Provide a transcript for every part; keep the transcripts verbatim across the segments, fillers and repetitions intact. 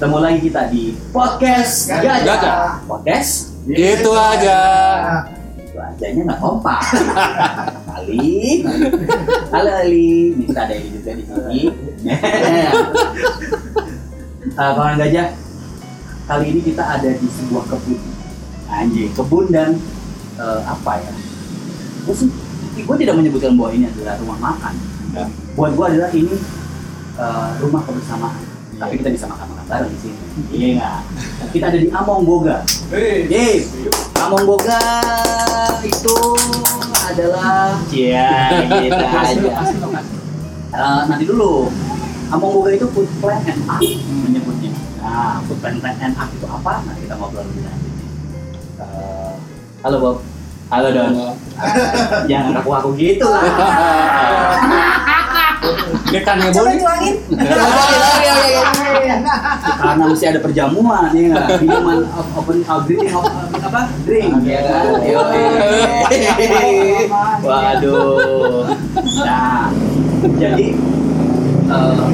Ketemu lagi kita di podcast Gajah. Gajah. Podcast Gitu aja. Itu ajanya nggak kompak. Ali, halo Ali. Ini kita ada Ali juga di sini. uh, kawan Gajah, kali ini kita ada di sebuah kebun. Anjing, kebun dan uh, apa ya? Gue sih, gue tidak menyebutkan bahwa ini adalah rumah makan. Ya. Buat gue adalah ini uh, rumah kebersamaan. Tapi kita bisa makan-makan bareng di sini. Iya nggak? Kita ada di Among Boga. Yeay, Among Boga itu adalah ya kita aja. Uh, nanti dulu. Among Boga itu food plan and art menyebutnya. Nah, food plan and art itu apa? Nah, kita ngobrol lebih lanjut. Uh, halo Bob. Halo Don. Uh, jangan aku-aku gitu lah. Dia kan ya Coba boleh. tuangin. Karena mesti ada perjamuan ya nggak? Minuman open greeting of apa? Drink ya kan? Yoi. Waduh. Nah, jadi eh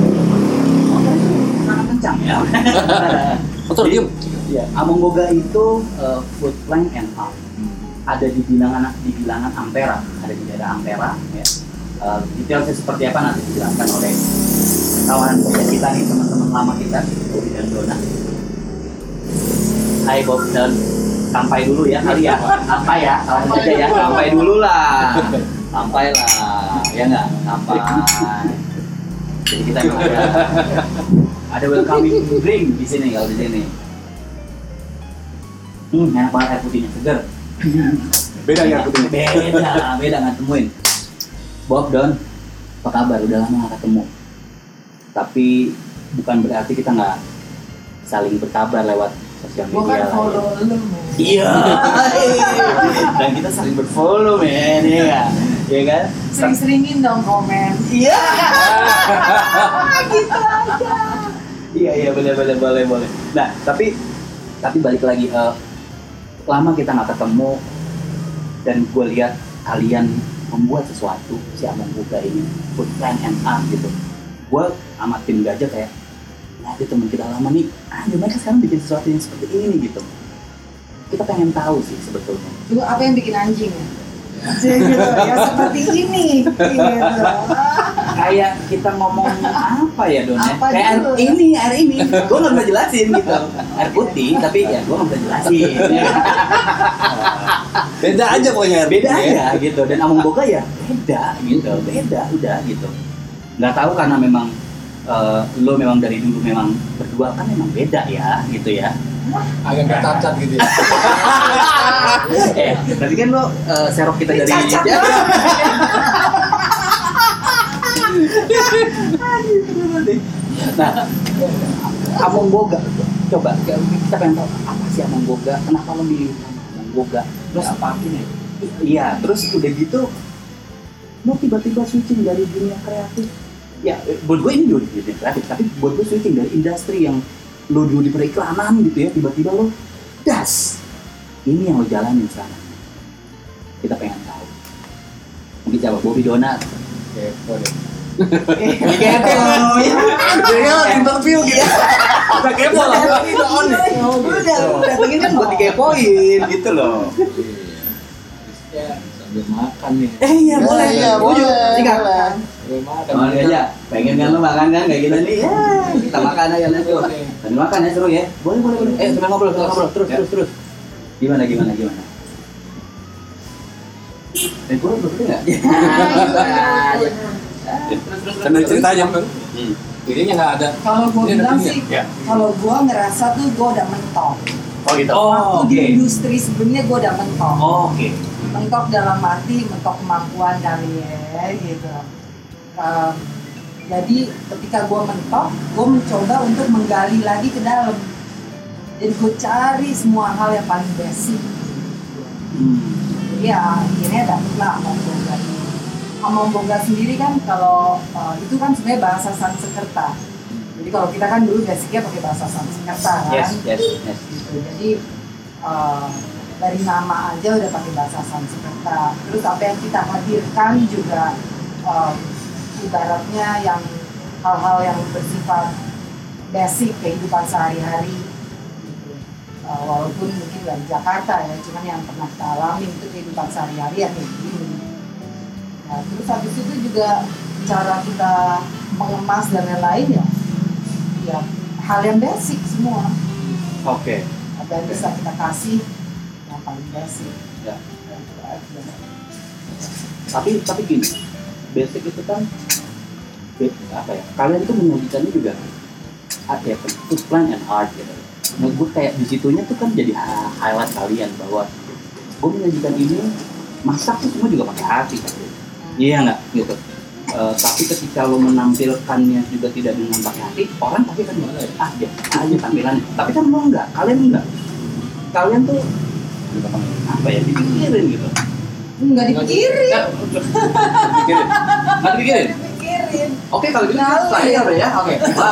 sangat kencang ya. Motor Jadi, diem. Ya, Among Boga itu uh, food plank and art. Ada di bilangan di bilangan Ampera, ada di daerah Ampera ya. Uh, detailnya seperti apa nanti dijelaskan oleh kawan kita nih, teman-teman lama kita, Bobi dan Dona. Hai Bob dan sampai dulu ya kali ya, sampai ya, kawan aja ya, sampai dulu lah, sampai lah, ya nggak, sampai. Jadi kita ada ada welcoming drink di sini kalau di sini. Hmm, enak banget air putihnya, segar. Beda ya aku tuh. Beda, beda nggak temuin. Bob, Don, apa kabar? Udah lama nggak ketemu. Tapi bukan berarti kita nggak saling berkabar lewat sosial Gua media kan lah. follow Ya. lu, men. Iya. Dan kita saling berfollow, men, ya nggak? Iya kan? Sering-seringin dong komen. Iya. Gitu aja. Iya, iya, boleh, boleh, boleh, boleh. Nah, tapi tapi balik lagi, uh, lama kita nggak ketemu dan gue lihat kalian membuat sesuatu, si Among Boga ini, food plan and art gitu. Gue sama tim Gajah kayak, nah itu teman kita lama nih, ah mereka sekarang bikin sesuatu yang seperti ini gitu. Kita pengen tahu sih sebetulnya. Lu apa yang bikin anjing ya? Gitu, ya seperti ini. Gitu. Kayak kita ngomong apa ya Don ya? Apa Kayak air dulu? ini, air ini, gue nggak bisa jelasin gitu. Air putih, tapi ya gue nggak bisa jelasin. Beda aja pokoknya. Beda aja gitu. Dan Among Boga ya beda gitu, beda udah gitu. Nggak tahu karena memang uh, lo memang dari dulu memang berdua kan memang beda ya gitu ya. Agak nggak cacat gitu ya. Eh, berarti kan lo uh, serok kita dari Cacat ya. Nah, Among Boga, coba kita pengen tahu apa sih Among Boga, kenapa lo milih Among Boga? Terus apa ini? Iya, terus udah gitu, lo tiba-tiba switching dari dunia kreatif. Ya, buat gue ini dulu di dunia kreatif, tapi buat gue switching dari industri yang lo dulu di periklanan gitu ya, tiba-tiba lo das. Ini yang lo jalanin sekarang. Kita pengen tahu. Mungkin coba Bobi Dona. Kepo deh. Kepo. Dia interview gitu. Udah kepo lah. Udah, datengin kan buat dikepoin gitu loh. Ya, sambil makan nih. Eh iya boleh, Iya, boleh. boleh. Tiga. Sambil makan. Kawan aja, pengen kan lo makan kan kayak gini nih? Ya, kita makan aja let's go. Sambil makan ya seru ya. Boleh, boleh, boleh. Eh, sambil ngobrol, sambil ngobrol. Terus, terus, terus. Gimana, gimana, gimana? Eh, gue belum nggak? Sambil cerita aja kan. Dirinya nggak ada. Kalau gua Ini ada bilang punya. sih, Ya. kalau gua ngerasa tuh gua udah mentok. Oh gitu. Waktu di industri sebelumnya gua udah mentok. Oh, oke. Mentok dalam arti mentok kemampuan kali ya gitu. Um, jadi ketika gue mentok, gue mencoba untuk menggali lagi ke dalam. Jadi gue cari semua hal yang paling basic. Hmm. Jadi ya akhirnya dapetlah Among Boga ini. Among Boga sendiri kan kalau uh, itu kan sebenarnya bahasa Sanskerta. Jadi kalau kita kan dulu basicnya pakai bahasa Sanskerta kan. Yes, yes, yes. Gitu. Jadi uh, dari nama aja udah pakai bahasa Sanskerta. Terus apa yang kita hadirkan juga um, ibaratnya yang hal-hal yang bersifat basic kehidupan sehari-hari gitu. Uh, walaupun mungkin nggak di Jakarta ya, cuman yang pernah kita alami itu kehidupan sehari-hari yang kayak gini. Nah, terus habis itu juga cara kita mengemas dan lain-lain ya, ya hal yang basic semua. Oke. Apa yang bisa kita kasih yang paling basic. Ya. Dan itu aja. Tapi tapi gini, basic itu kan apa ya? Kalian tuh menyajikannya juga art ya, itu plan and art gitu. Nah, gue kayak di situnya tuh kan jadi highlight kalian bahwa gue menyajikan ini, masak tuh semua juga pakai hati kan. Iya nggak gitu. Uh, tapi ketika lo menampilkannya juga tidak dengan pakai hati, orang pasti kan ah ya aja tampilannya. Tapi kan lo enggak, kalian enggak. Kalian tuh apa ya, dipikirin gitu. Enggak dipikirin. Enggak dipikirin. Enggak dipikirin. Dipikirin. Oke, kalau gitu saya ya. Oke.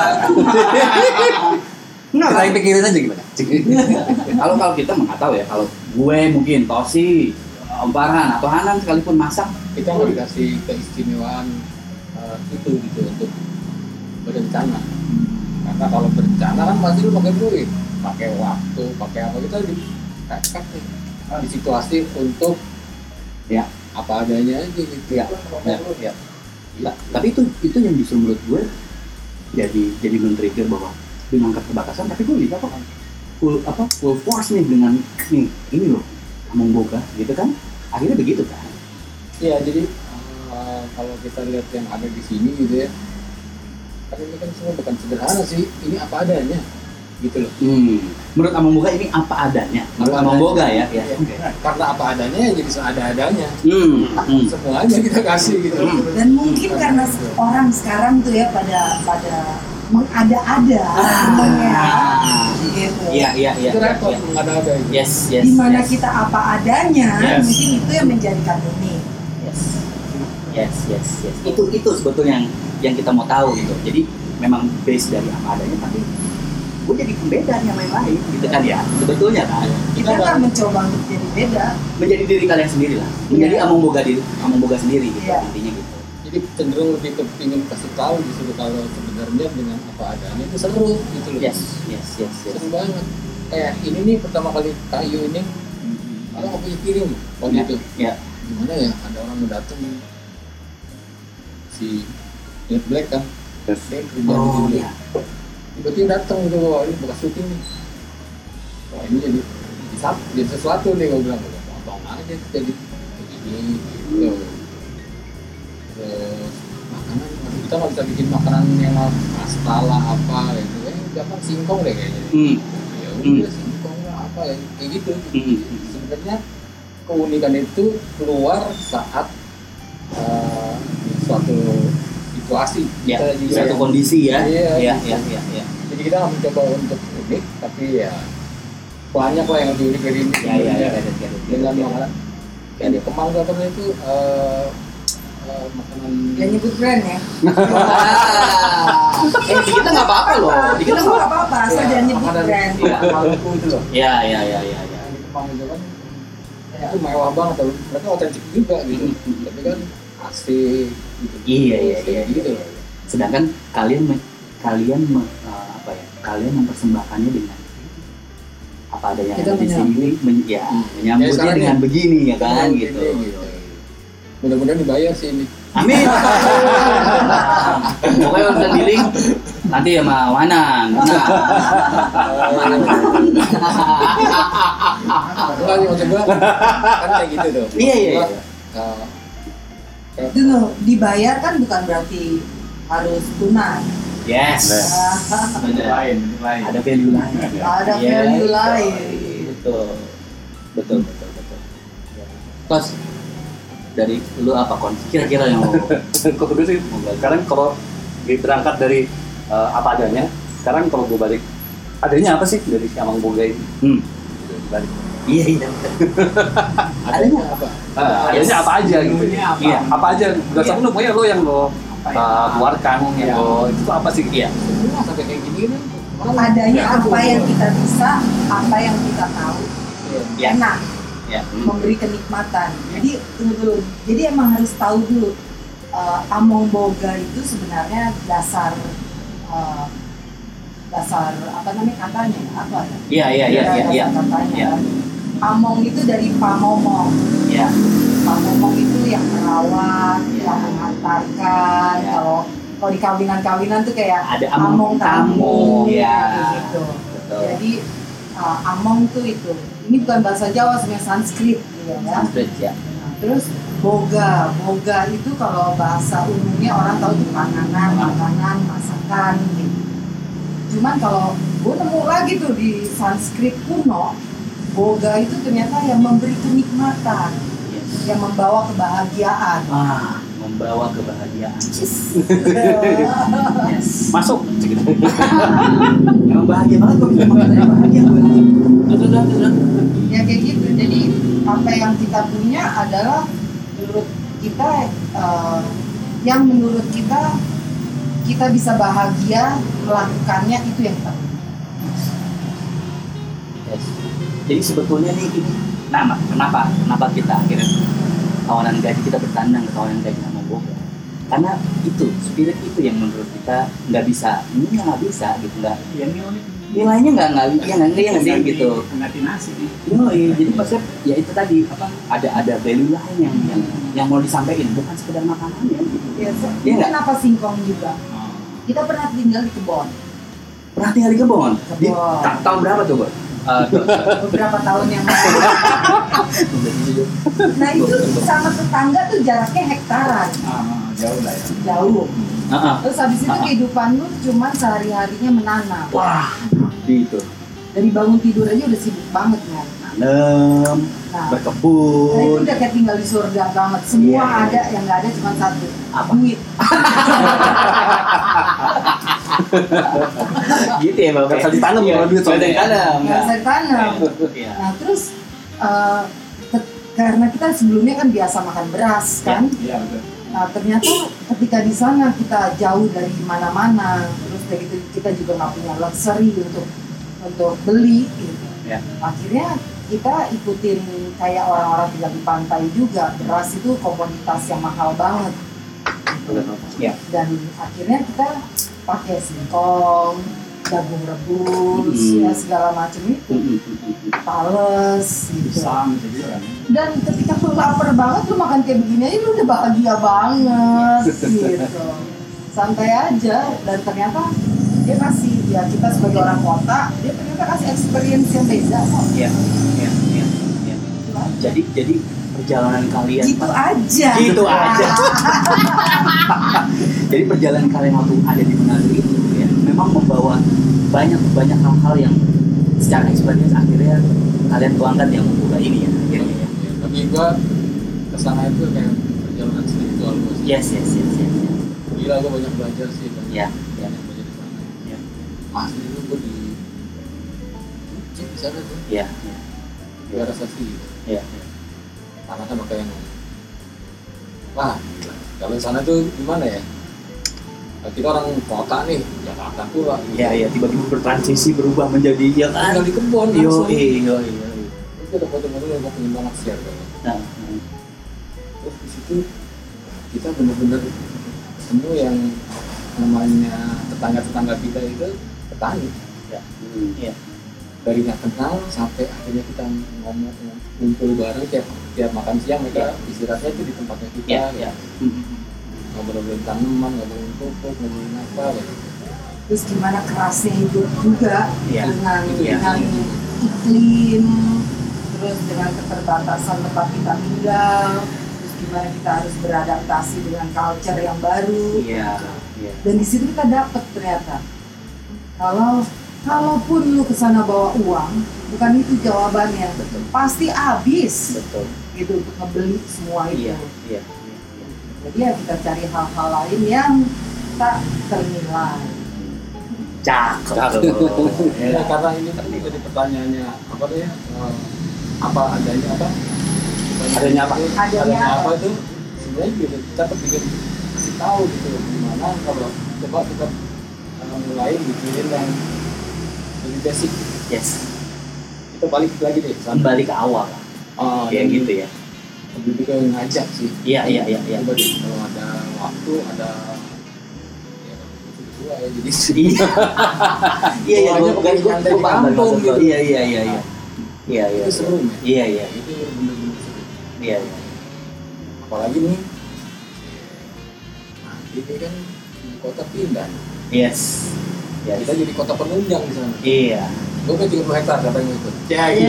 Enggak, Kita yang pikirin aja gimana? Kalau kalau kita nggak tahu ya, kalau gue mungkin Tosi, Om Farhan atau Hanan sekalipun masak, kita nggak dikasih keistimewaan uh, itu gitu untuk berencana. Karena kalau berencana kan pasti lu pakai duit, pakai waktu, pakai apa, kita di kakak nih di situasi untuk ya apa adanya aja gitu. ya ya, ya. Nah, tapi itu itu yang justru menurut gue jadi jadi men-trigger bahwa dengan keterbatasan, tapi gue bisa kok full apa full force nih dengan nih ini loh Among Boga gitu kan, akhirnya begitu kan. Iya, jadi uh, kalau kita lihat yang ada di sini gitu ya, kan ini kan semua bukan sederhana sih, ini apa adanya gitu loh. Hmm. Menurut Among Boga ini apa adanya. Menurut Apa Among adanya. Boga ya. Ya. Ya. Karena apa adanya ya jadi seada-adanya. Hmm. hmm. Semuanya kita kasih gitu. Dan mungkin karena orang sekarang tuh ya pada pada mengada-ada semuanya. Ah. Gitu. Iya iya iya. Itu repot, iya. nggak ada-ada itu. Yes yes. Dimana yes. kita apa adanya, Yes. mungkin itu yang menjadikan unik. Yes. Yes yes yes. Itu itu sebetulnya yang yang kita mau tahu gitu. Jadi memang base dari apa adanya, tapi gue jadi pembeda yang lain-lain gitu kan ya. Sebetulnya kan Kita kan mencoba untuk jadi beda. menjadi diri kalian sendiri lah. Menjadi Iya. Among Boga diri, Among Boga sendiri gitu Iya. intinya gitu. Jadi cenderung lebih ke ingin kasih tahu justru kalau sebenarnya dengan apa adanya itu seru gitu loh. Yes yes yes yes. Seru banget. Kayak ini nih pertama kali kayu ini kita nggak punya piring waktu Ya, itu. ya. Gimana ya, ada orang mau datang si Jack Black kan, dia kerja Oh di iya. tiba-tiba datang gitu, wah ini bekas syuting nih, wah ini jadi jadi, satu, jadi sesuatu nih, gue bilang potong aja jadi ini gitu. Terus makanan, waduh, kita nggak bisa bikin makanan yang pastala apa gitu, eh gampang singkong deh kayaknya. Hmm. Ya Hmm. udah singkong lah apa ya kayak gitu. Hmm. Sebenarnya keunikan itu keluar saat uh, suatu situasi. Ya, Kita juga satu yang- kondisi ya. Iya, Iya gitu. iya iya iya. Jadi kita nggak mencoba untuk unik, tapi ya banyak lah yang lebih unik dari ini. Ya ya ya. ya, ya, ya. Dengan makanan kayak di Kemang katanya itu uh, uh, makanan. Ya nyebut brand ya. Eh, di kita nggak apa-apa loh. Di kita Kita nggak nggak apa-apa, asal Ya, jangan nyebut makanan brand. Iya, Maluku itu loh. Ya ya ya ya ya. Yang di Kemang itu kan itu mewah banget, tapi mereka otentik juga gitu. Hmm. Tapi kan asik gitu. Iya iya iya. Gitu. iya. Sedangkan kalian me- kalian me- uh, apa ya? Kalian mempersembahkannya dengan apa adanya Kita yang ada di sini, men- ya, Hmm. menyambutnya Ya, sekarang dengan ya. begini ya kan Begini, gitu. gitu. Mudah-mudahan dibayar sih ini. Amin. Pokoknya urusan dealing nanti sama Wanan. Nah. Enggak sih maksud gua kan kayak gitu tuh. Iya, iya, iya. Uh, Itu loh, dibayar kan bukan berarti harus tunai. Yes. Benar. Lain, lain. Ada value lain. Ada Iya, value lain. Betul. Betul betul betul. Terus dari lu apa kon? Kira-kira yang mau Kok gue sih sekarang kalau berangkat dari uh, apa adanya, sekarang kalau gue balik adanya apa sih dari si Among Boga ini? Hmm. Balik. Iya iya. adanya apa? Ah, adanya apa aja gitu? Apa? Iya, apa aja. Berdasarkan lu pokoknya lo yang lo uh, keluarkan, yang Iya. lo itu apa sih? Iya. Semua sampai kayak gini kan. orang Adanya ya, apa yang kita bisa, apa yang kita tahu, Iya. enak, Ya. memberi kenikmatan. Jadi tunggu dulu. Jadi emang harus tahu dulu uh, Among Boga itu sebenarnya dasar uh, dasar apa namanya katanya apa ya? Iya iya iya iya iya. Dasar katanya Iya. kan. Among itu dari pamomong. Iya. Pamomong itu yang merawat, Iya. yang mengantarkan. Iya. Kalau kalau di kawinan-kawinan tuh kayak Ada among tamu, ya. kayak gitu. Betul. Jadi uh, among tuh itu. Ini bukan bahasa Jawa, sebenarnya Sanskrit gitu ya. Sanskrit ya. Nah, terus boga, boga itu kalau bahasa umumnya orang tahu tuh panganan, makanan, masakan gitu. Cuman kalau gue nemu lagi tuh di Sanskrit kuno, boga itu ternyata yang memberi kenikmatan, Yes. yang membawa kebahagiaan. Ah, membawa kebahagiaan. Cis. Yes. Masuk gitu. Emang bahagia banget kok bisa makan dari bahagia gue. Betul betul betul. Ya kayak gitu. Jadi apa yang kita punya adalah menurut kita eh, yang menurut kita kita bisa bahagia melakukannya, itu yang kita punya. Yes. Jadi sebetulnya nih ini nama kenapa kenapa kita akhirnya kawanan gaji kita bertandang ke kawanan gaji sama boga, karena itu spirit itu yang menurut kita nggak bisa, ini nggak bisa gitu, nggak Ya nilai nilainya nggak nggak ya nggak nggak nggak sih gitu. Pengganti nasi nih. Yoi, jadi maksudnya ya itu tadi apa ada ada value lain yang yang yang mau disampaikan, bukan sekedar makanannya gitu. Ya, so, Iya nggak? kenapa singkong juga? Oh. Kita pernah tinggal di kebun Pernah tinggal di kebun? Di Kebun. ta- tahun berapa tuh, Bang? beberapa tahun yang lalu. Nah itu sama tetangga tuh jaraknya hektaran, Ah, jauh lah ya. jauh. Heeh. Terus habis itu kehidupan lu cuma sehari-harinya menanam. Wah, gitu. Dari bangun tidur aja udah sibuk banget kan. Nanam, Nah, nah itu berkebun. udah kayak tinggal di surga banget. Semua Iya, iya. ada, yang nggak ada cuma satu. Apa? Duit. Gitu ya, Bang. Nggak usah ditanam Iya, kalau duit nggak usah soalnya. ditanam. Nggak bisa ditanam. Iya. Nah terus eh, ke- karena kita sebelumnya kan biasa makan beras kan. Iya betul. Nah ternyata ketika di sana kita jauh dari mana-mana, terus kayak gitu kita juga nggak punya luxury untuk untuk beli gitu. Ya. Akhirnya kita ikutin kayak orang-orang tinggal di pantai juga, beras itu komoditas yang mahal banget gitu. Ya. Dan akhirnya kita pakai singkong, jagung rebus, Hmm. ya segala macam itu, pales gitu. Pisang bisa juga kan. Dan ketika lu lapar banget, lu makan kayak begini aja lu udah bahagia banget gitu. Santai aja, dan ternyata dia kasih, ya kita sebagai orang kota, dia ternyata kasih experience yang beda kok. Iya, iya, iya, iya. Jadi jadi perjalanan kalian Gitu aja. Gitu aja. Jadi perjalanan kalian waktu ada di Manado itu ya, memang membawa banyak banyak hal-hal yang secara experience akhirnya kalian tuangkan yang membuka ini ya akhirnya ya. Ya, tapi gua kesana itu kayak perjalanan spiritual gua sih. Yes, yes, yes, yes. yes. Gila gua banyak belajar sih, banyak, Ya, ya. banyak belajar di sana. Ya. Mas itu gua di cek di sana tuh, Ya, gua rasa sih gitu. ya, Karena kan pakai yang wah, kalau di sana tuh gimana ya? Kita orang kota nih, Jakarta pula. ya, ya. Tiba-tiba bertransisi berubah menjadi ya kan. Tinggal di kebun Yo, langsung. yo, yo. Itu ada foto-foto yang gua pengen banget share kan. Nah, Terus di situ kita bener-bener ketemu yang namanya tetangga-tetangga kita itu petani. ya, ya, Dari nggak kenal sampai akhirnya kita ngomong ngumpul bareng tiap tiap makan siang mereka istirahatnya itu di tempatnya kita. ya, gitu. ya. Ngobrolin tanaman, ngobrolin pupuk, ngobrolin apa gitu. Terus gimana kerasnya hidup juga Iya. dengan Itu ya. dengan iklim, terus dengan keterbatasan tempat kita tinggal, terus gimana kita harus beradaptasi dengan culture yang baru. Iya, iya. Dan di situ kita dapat ternyata kalau kalaupun lu kesana bawa uang, bukan itu jawabannya, Betul. pasti habis Betul. gitu untuk ngebeli semua itu. Iya, iya, iya. iya. Jadi ya kita cari hal-hal lain yang tak ternilai. Cakep. Cakep. tuh. Ya, Ya. karena ini kan jadi pertanyaannya apa tuh ya? eh, apa adanya apa? Adanya apa? Adanya Adanya apa? apa itu sebenarnya gitu kita bikin kasih tahu gitu gimana kalau coba kita eh, mulai bikin yang lebih basic. Yes. Kita balik lagi deh sana. Kembali ke awal. Oh, Kayak gitu ya. Lebih ke ngajak sih. Iya, iya, iya, iya. Coba deh, kalau ada waktu ada ya, gua ya jadi Iya. Iya iya Bawahnya gua kayak gua nyantai gua di paham kampung maksud lo. gitu. Iya iya iya iya. Iya iya. itu seru ya. Iya iya. Itu bener-bener seru. Iya iya. Apalagi nih, nah, ini kan di kota pindah. Yes. Ya kita jadi kota penunjang di sana. Iya. Gue kan tiga puluh hektar katanya itu. Ya gitu.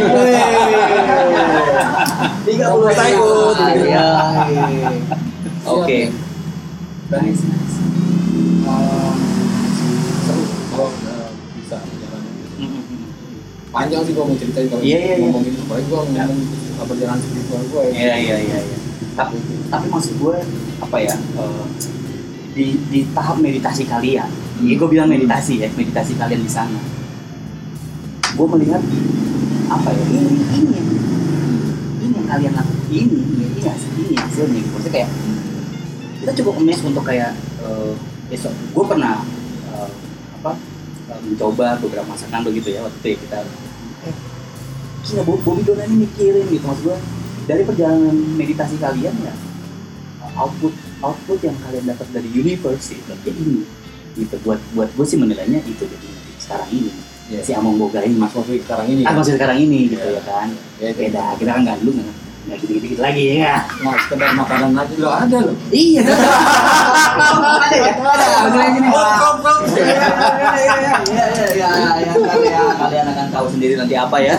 tiga puluh Sampai ikut. ikut. Iya. Oke. Dan Nice nice. uh, seru kalau uh, bisa jalan gitu. Panjang sih gue mau ceritain kalau Iya, iya, iya. ngomongin itu. Apalagi gue ngomong apa perjalanan spiritual gue ya. Iya iya iya iya. Tapi tapi maksud gue apa ya? eh, di di tahap meditasi kalian. Ini gue bilang meditasi ya, meditasi kalian di sana. Gue melihat apa ya? Ini ini yang ini yang kalian lakukan ini, ini hasil ini hasilnya. Gitu. Maksudnya kayak kita cukup emes untuk kayak eh, besok. Gue pernah eh, apa? eh, mencoba beberapa masakan begitu ya waktu itu ya kita. Eh, gila Bobby Dona ini mikirin gitu maksud gue dari perjalanan meditasi kalian ya output output yang kalian dapat dari universe itu ya ini gitu buat buat gue sih menilainya itu gitu sekarang ini Iya. si Among Boga ini Mas Mofi sekarang ini. ah ya. masih sekarang ini gitu Iya. ya kan Ya, itu. beda kita kan nggak dulu nggak nggak gitu gitu lagi ya nggak? Nah, sekedar makanan aja lo ada lo. Iya. Ada ya? Ada yang gini. Iya iya iya iya. Kalian akan tahu sendiri nanti apa ya.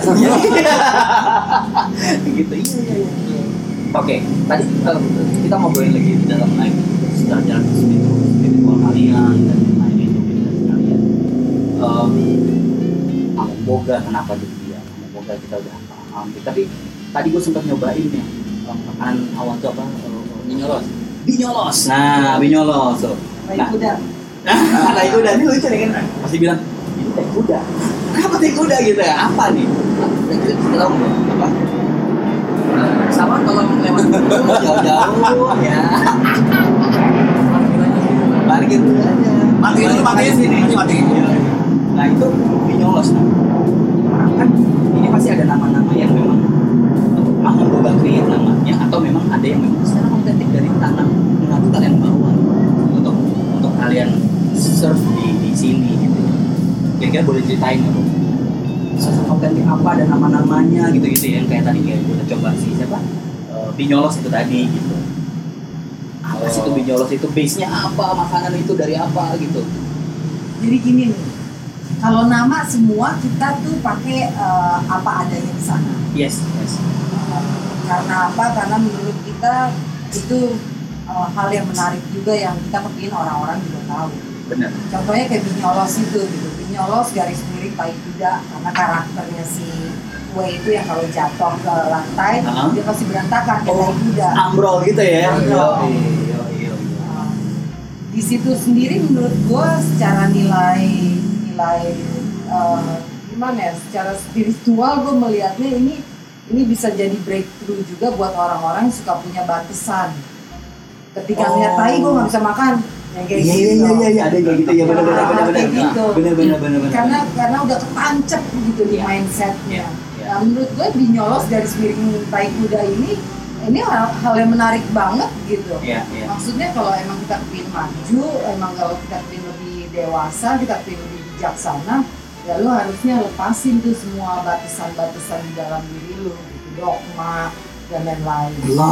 Gitu. Iya iya iya. Oke, tadi eh, kita ngobrolin lagi di dalam naik sejarah spiritual spiritual kalian dan lain itu meditasi kalian. Em, Among Boga kenapa jadi dia? Among Boga kita udah paham. Tapi tadi gue sempat nyobain ya makanan awal tuh apa? Minyolos. Binyolos. Nah, binyolos. So. Baik Nah, kuda. nah, tai kuda ini lucu nih kan. Pasti bilang, ini tai kuda. Kenapa tai kuda gitu ya? Apa nih? Kita kita tahu nggak? Apa? Sama tolong lewat dulu jauh-jauh ya. Parkir dulu aja. Mati dulu, mati sini. mati, mati. Nah itu binyolos. Nah, kan ini pasti ada nama-nama yang memang Among Boga create namanya atau memang ada yang memang secara otentik dari tanah mengaku kalian bawa untuk untuk kalian serve di di sini gitu. Kira-kira boleh ceritain nggak, Bang? Secara otentik apa ada nama-namanya gitu-gitu ya, yang kayak tadi kayak gue udah coba sih siapa Eh, binyolos itu tadi gitu. Apa sih itu Oh. binyolos itu base-nya apa, makanan itu dari apa gitu. Jadi gini nih, kalau nama semua kita tuh pakai eh, apa adanya di sana. Yes, yes. Karena apa? Karena menurut kita itu eh, hal yang menarik juga yang kita kepingin orang-orang juga tahu. Benar. Contohnya kayak binyolos itu gitu. Binyolos garis miring tai kuda karena karakternya si kue itu yang kalau jatuh ke lantai Uh-huh. dia pasti berantakan kayak Oh. tai kuda. Ambrol gitu ya. Ambrol. Iya, iya, iya. Nah, di situ sendiri menurut gue secara nilai nilai eh, gimana ya, secara spiritual gue melihatnya ini ini bisa jadi breakthrough juga buat orang-orang yang suka punya batasan. Ketika Oh. ngeliat tai gue nggak bisa makan, yang kayak Iya, gitu. iya, iya, iya, ada yang kayak gitu ya, benar, benar, benar, benar, Kayak gitu. benar, benar, benar, benar. Karena karena udah ketancep gitu di Iya. mindsetnya. Iya, iya. Nah menurut gue binyolos garis miring tai kuda ini ini hal, hal yang menarik banget gitu. Iya, iya. Maksudnya kalau emang kita pengen maju, emang kalau kita pengen lebih dewasa, kita pengen lebih bijaksana, ya lu harusnya lepasin tuh semua batasan-batasan di dalam diri lu, gitu, dogma dan lain-lain.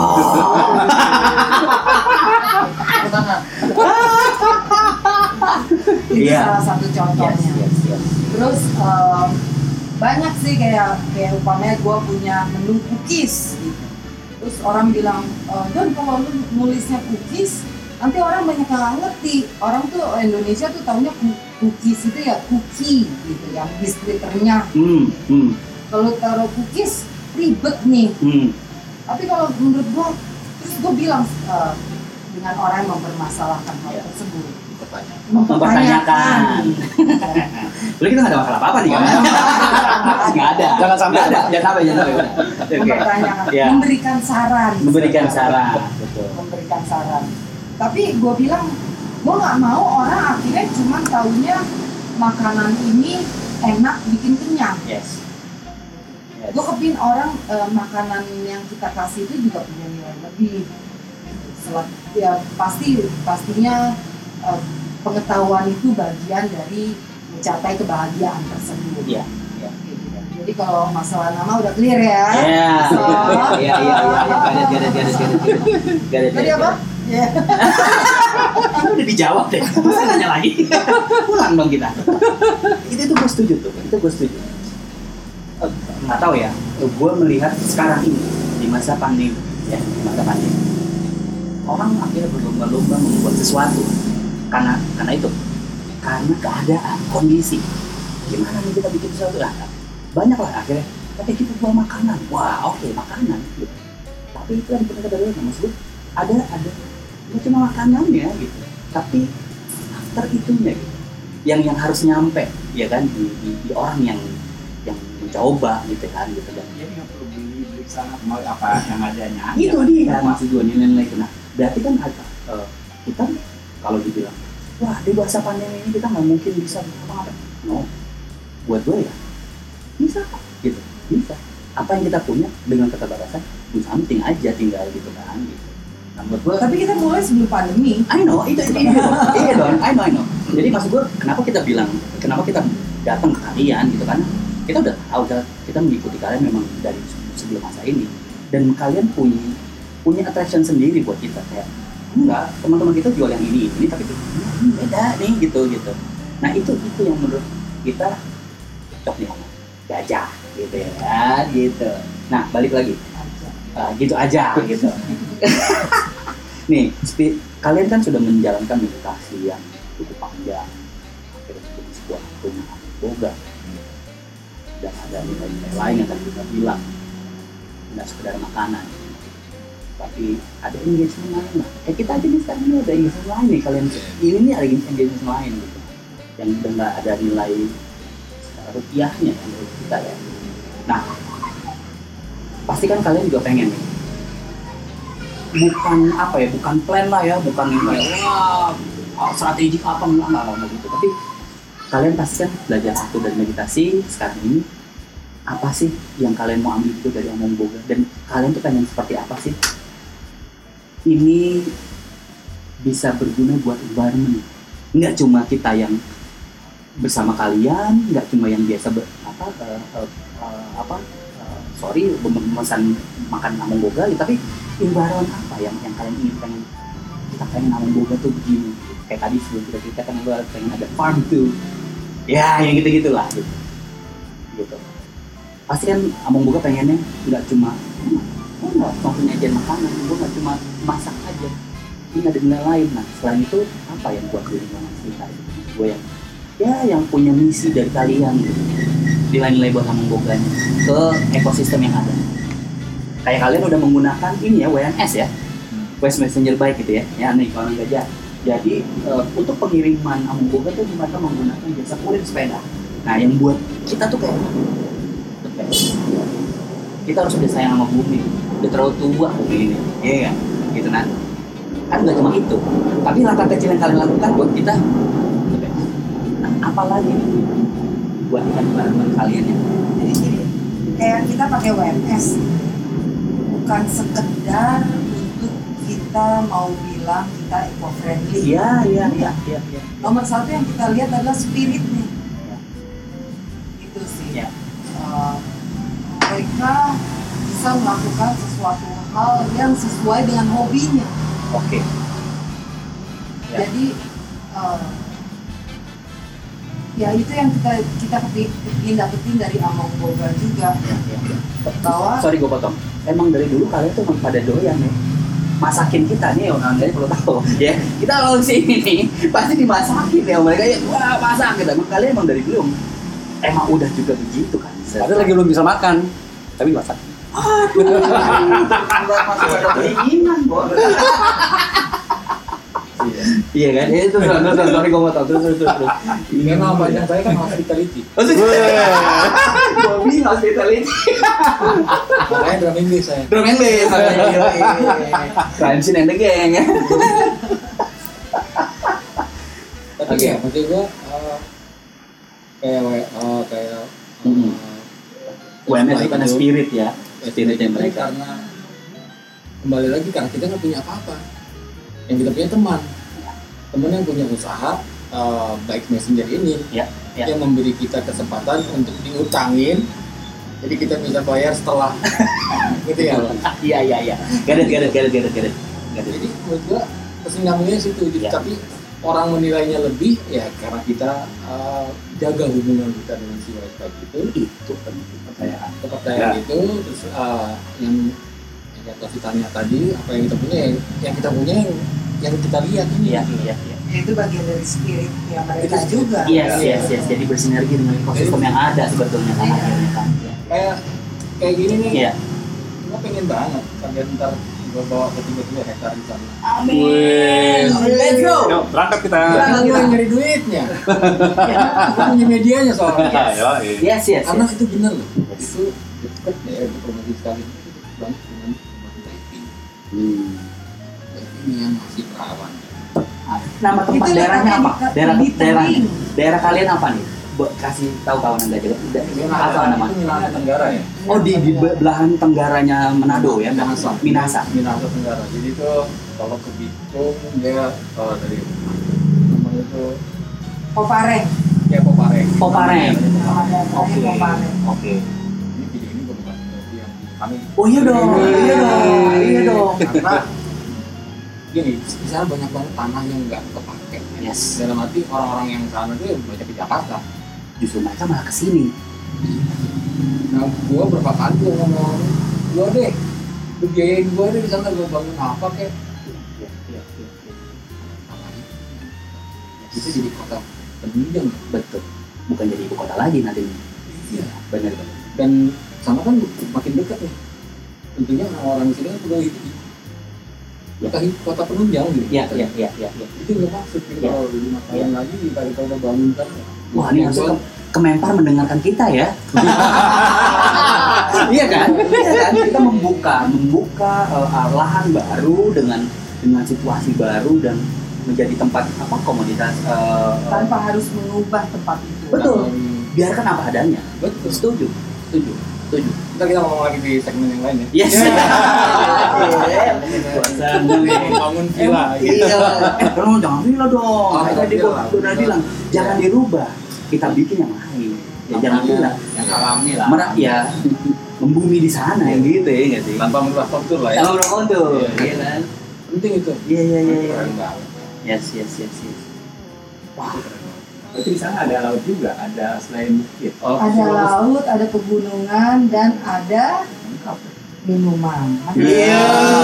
Ini Iya. salah satu Yes, contohnya. yes, yes. Terus em, banyak sih kayak kayak umpamanya gue punya menu cookies gitu. Terus orang bilang, e, Don kalau lu nulisnya cookies, nanti orang banyak yang nggak ngerti. Orang tuh Indonesia tuh taunya cu- cookies itu ya cookie gitu, yang biskuit renyah. Hmm, hmm, Kalau taruh cookies ribet nih. hmm. Tapi kalau menurut gue, terus gue bilang eh, dengan orang yang mempermasalahkan hal Ya. tersebut, Pertanyaan. Mempertanyakan. Boleh kita nggak ada masalah apa-apa nih kan? Nggak ada. Jangan sampai Nggak ada. ada. Jangan sampai, jangan sampai. Oke. mempertanyakan, Ya. memberikan saran. Memberikan saran. Betul. memberikan saran. Tapi gue bilang, gue nggak mau orang akhirnya cuma taunya makanan ini enak bikin kenyang. Yes. Yes. Gue kepin orang eh, makanan yang kita kasih itu juga punya nilai lebih. Selat, ya pasti pastinya eh, pengetahuan itu bagian dari mencapai kebahagiaan tersebut. Iya. Iya. Jadi kalau masalah nama udah clear ya. Iya. So, Iya iya iya. Gadet gadet gadet gadet gadet. Tadi apa? Ya. Udah dijawab deh. Masa nanya lagi? Pulang dong kita. Itu itu gue setuju tuh. Itu gue setuju. Uh, nggak tahu ya. Gue melihat sekarang ini di masa pandemi, ya di masa pandemi, orang akhirnya berlomba-lomba membuat sesuatu karena karena itu, karena keadaan kondisi. Gimana nih kita bikin sesuatu lah? Banyak lah akhirnya. Tapi kita jual makanan. Wah oke okay, makanan. Gitu. Tapi itu yang kita dari maksud ada ada. Itu cuma makanannya gitu, tapi after itunya gitu, yang yang harus nyampe, ya kan di, di, di orang yang yang mencoba gitu kan gitu dan Jadi nggak perlu beli beli sana mau apa yang adanya. itu dia maksud gue nilai-nilai itu. Nah berarti kan ada uh, kita kalau dibilang wah di masa pandemi ini kita nggak mungkin bisa apa-apa, no, buat gue ya bisa gitu, bisa apa yang kita punya dengan keterbatasan do something aja tinggal gitu kan gitu. Nah, menurut gue, Tapi kita mulai sebelum pandemi. I know, itu itu itu iya dong, I know, I know. Jadi maksud gue, kenapa kita bilang, kenapa kita datang ke kalian gitu kan? Kita udah tahu, kita, kita mengikuti kalian memang dari sebelum masa ini, dan kalian punya punya attraction sendiri buat kita kayak enggak, teman-teman kita jual yang ini ini, tapi ini beda nih gitu gitu. Nah itu itu yang menurut kita cocok nih sama gajah gitu ya, gitu. Nah balik lagi. Uh, gitu aja gitu. Nih, spi- kalian kan sudah menjalankan meditasi yang cukup panjang, akhirnya menjadi sebuah rumah boga, dan ada nilai-nilai lain yang tadi kita bilang, tidak sekedar makanan, tapi ada engagement lain lah. Kayak kita aja nih sekarang ini ada engagement lain nih kalian. Ini nih ada engagement lain gitu, yang udah nggak ada nilai rupiahnya menurut kita ya. Nah, pasti kan kalian juga pengen nih, bukan apa ya, bukan plan lah ya, bukan kayak wah strategi apa enggak enggak enggak gitu, tapi kalian pasti kan belajar satu dari meditasi sekarang ini, apa sih yang kalian mau ambil itu dari Among Boga, dan kalian tuh pengen seperti apa sih ini bisa berguna buat environment, nggak cuma kita yang bersama kalian, nggak cuma yang biasa ber, apa uh, uh, uh, apa sorry memesan makan Among Boga, tapi environment apa yang yang kalian ingin pengen, kita pengen Among Boga tuh begini, kayak tadi sebelum kita cerita kan gue pengen ada farm tuh, ya yang gitu gitulah gitu, gitu. Pasti kan Among Boga pengennya nggak cuma, oh nggak cuma penyajian makanan, gue nggak cuma masak aja, ini ada nilai lain. Nah selain itu apa yang buat diri gue kita, gue yang ya yang punya misi dari kalian gitu, nilai-nilai buat Among Boganya ke ekosistem yang ada. Kayak kalian udah menggunakan ini ya, W M S ya, Waste Messenger Bike gitu ya, ya nih kalau gajah. Jadi uh, untuk pengiriman Among Boga tuh mereka menggunakan jasa kurir sepeda. Nah yang buat kita tuh kayak kita harus udah sayang sama bumi, udah terlalu tua bumi ini, iya kan? Gitu nah, kan nggak cuma itu, tapi langkah kecil yang kalian lakukan buat kita, nah, apalagi buat environment kalian ya. Jadi gini, kayak kita pakai W M S bukan sekedar untuk kita mau bilang kita eco-friendly. Iya, iya, iya, iya, iya. Nomor satu yang kita lihat adalah spiritnya. Ya. Itu sih. Ya. Uh, mereka bisa melakukan sesuatu hal yang sesuai dengan hobinya. Oke. Ya. Jadi uh, ya itu yang kita kita ingin dapetin dari Among Boga juga, Ya, ya, ya. bahwa Sorry gue potong. Emang dari dulu kalian tuh emang pada doyan ya masakin kita nih, orang lain perlu tahu ya. Kita kalau sini nih pasti dimasakin ya mereka ya, wah masak gitu. Emang kalian emang dari dulu emang udah juga begitu kan? Padahal lagi belum bisa makan, tapi masak. Aduh, nggak masuk ada keinginan kok. Iya kan? Ya, itu terus terus sorry gue mau tahu terus terus terus. Ini namanya saya kan hospitality. Bobby hospitality. Makanya drum and bass saya. Drum and bass. Crime scene and the gang ya. Tapi Oke. ya maksud gue uh, kayak uh, kayak uh, Hmm. W M S itu karena spirit ya. Spiritnya Itu mereka. karena kembali lagi karena kita nggak punya apa-apa, yang kita punya teman, teman yang punya usaha, uh, Bike Messenger ini Ya, ya. yang memberi kita kesempatan untuk diutangin, jadi kita bisa bayar setelah gitu ya. Iya iya iya. Gadet gadet gadet gadet gadet. Gadet. Jadi menurut gua kesinambungannya situ. Jadi, Ya. tapi orang menilainya lebih ya karena kita uh, jaga hubungan kita dengan si white bike itu, Itu penting kepercayaan. kepercayaan Ya. itu, terus uh, yang yang Tosi tanya tadi, apa yang kita punya, yang, yang kita punya yang, yang kita lihat ini. Iya iya iya. Itu bagian dari spirit yang mereka Itu spirit. juga. Yes yes yes. Jadi bersinergi dengan ekosistem yang ada sebetulnya kan Iya. akhirnya kan. Ya. Kayak kayak gini nih, Iya. gua pengen banget sampai ntar gua bawa ke tiga-tiga hektar di sana. Amin. Let's go. Yuk, berangkat kita. Karena gua yang nyari duitnya, gua punya medianya soalnya. Ayo, iya. Yes yes. Karena yes. itu bener loh, itu dekat ya, itu promosi sekali itu banget dengan promosi diving. Hmm. Diving yang masih perawan. Nama tempat Itu daerahnya letaknya apa? di- Daerah di daerah tebing. daerah kalian apa nih? Bo, kasih tahu kawan anda juga. Apa nama? Itu Minahasa Tenggara ya. Oh di di be- belahan tenggaranya Manado ya? Minahasa. Minahasa. Minahasa Tenggara. Jadi itu kalau ke Bitung dia uh, dari namanya itu Popareng. ya Popareng. Popareng. Nama daerahnya Oke. Popareng. Oke. Ini video ini bukan berarti yang kami. Oh iya dong, iya dong, iya dong. Karena gini, di sana banyak banget tanah yang nggak kepake. Yes. Dalam arti orang-orang yang sana tuh banyak di Jakarta. Justru mereka malah kesini. Nah, gua berapa kali gua ngomong, gua deh, lu biayain gua deh di sana gua bangun apa kek? Iya, iya, iya, iya. Itu jadi kota penunjang. Betul. Bukan jadi ibu kota lagi nanti. Iya. Benar benar. Dan sana kan makin dekat nih. Tentunya orang-orang di sini kan perlu itu. Kota, kota penunjang gitu. Iya, iya, iya, iya. iya. Itu nggak maksud gitu. Iya. Kalau lima tahun Iya. lagi kita kita udah bangun kan. Wah ini harusnya ke, Kemenpar mendengarkan kita ya. Iya kan? Iya kan? Kita membuka membuka uh, lahan baru dengan dengan situasi baru dan menjadi tempat apa komoditas. Uh, Tanpa harus mengubah tempat itu. Betul. Biarkan apa adanya. Betul. Setuju. Setuju. Setuju. Ntar kita ngomong lagi di segmen yang lain ya. Yes. Suasana nih, bangun villa. gitu. Iya. Eh, dong, jangan villa dong. Oh, Kayak tadi villa. gua udah bilang, jangan dirubah. Kita bikin yang lain. Ya jangan villa. Yang alami lah. Merah ya membumi di sana yang gitu ya nggak sih? Tanpa merubah kontur lah ya. Yang berapa tuh? Iya. Iya kan? Penting itu. Iya iya iya. iya. Keren banget. Yes yes yes yes. Wah. Berarti di sana ada laut juga, ada selain bukit. Oh, Ada laut, ada pegunungan, dan ada minuman. Iya.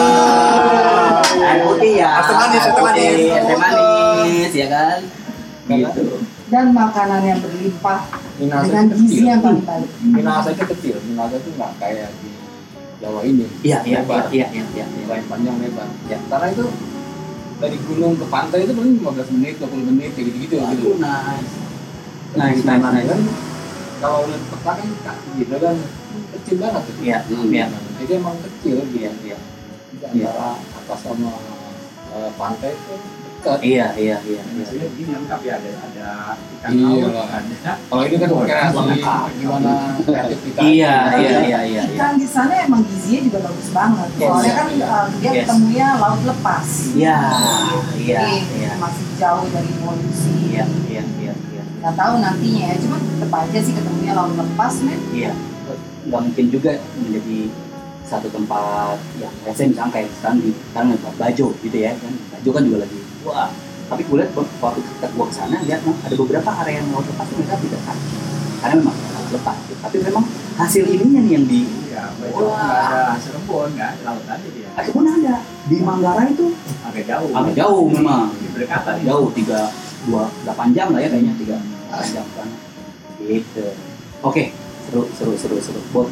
Air putih ya. Es teh manis, es teh manis. Es teh manis ya kan? Gitu. Dan makanan yang berlimpah Minahasa dengan itu gizi kecil. yang paling baik. Minahasa itu kecil. Minahasa itu nggak kayak di Jawa ini. Iya iya Lebar. iya iya iya. iya. Selain panjang lebar. Ya, karena itu dari gunung ke pantai itu paling lima belas menit, dua puluh menit, kayak gitu-gitu. Aduh, gitu. nice. Nah, Nice, di nice, sana nice. kan kalau udah peta kan kaki gitu kan kecil banget tuh. Iya, iya. Jadi emang kecil gitu. Iya iya. Di antara atas sama eh, pantai itu dekat. Iya iya iya. iya. Maksudnya begini lengkap ya, ada ada ikan Iya laut, lah. ada Kalau ini kan Oh, kreasi lengkap. gimana kreatif kita. Iya iya iya iya. Ikan di sana emang gizinya juga bagus banget. Yes, Soalnya kan iya. uh, dia Yes. ketemunya laut lepas. Iya iya Jadi iya. masih jauh dari polusi. Iya iya iya iya. Nggak tahu nantinya ya, cuma tetap aja sih ketemunya laut lepas, men. Iya. Nggak mungkin juga menjadi satu tempat yang biasanya misalnya kayak sekarang di sekarang di Bajo gitu ya kan. Bajo kan juga lagi wah. Tapi gue lihat waktu kita gua kesana lihat memang ada beberapa area yang laut lepas itu mereka tidak kan. Karena memang laut lepas. Gitu. Tapi memang hasil ininya nih yang di ya, Bajo nggak ada Cirebon, nggak ada laut aja dia. ada pun ada di Manggarai itu Agak jauh. agak jauh memang. Berdekatan. Jauh tiga dua delapan jam lah ya kayaknya tiga delapan jam kan. Gitu. Oke seru seru seru seru. Buat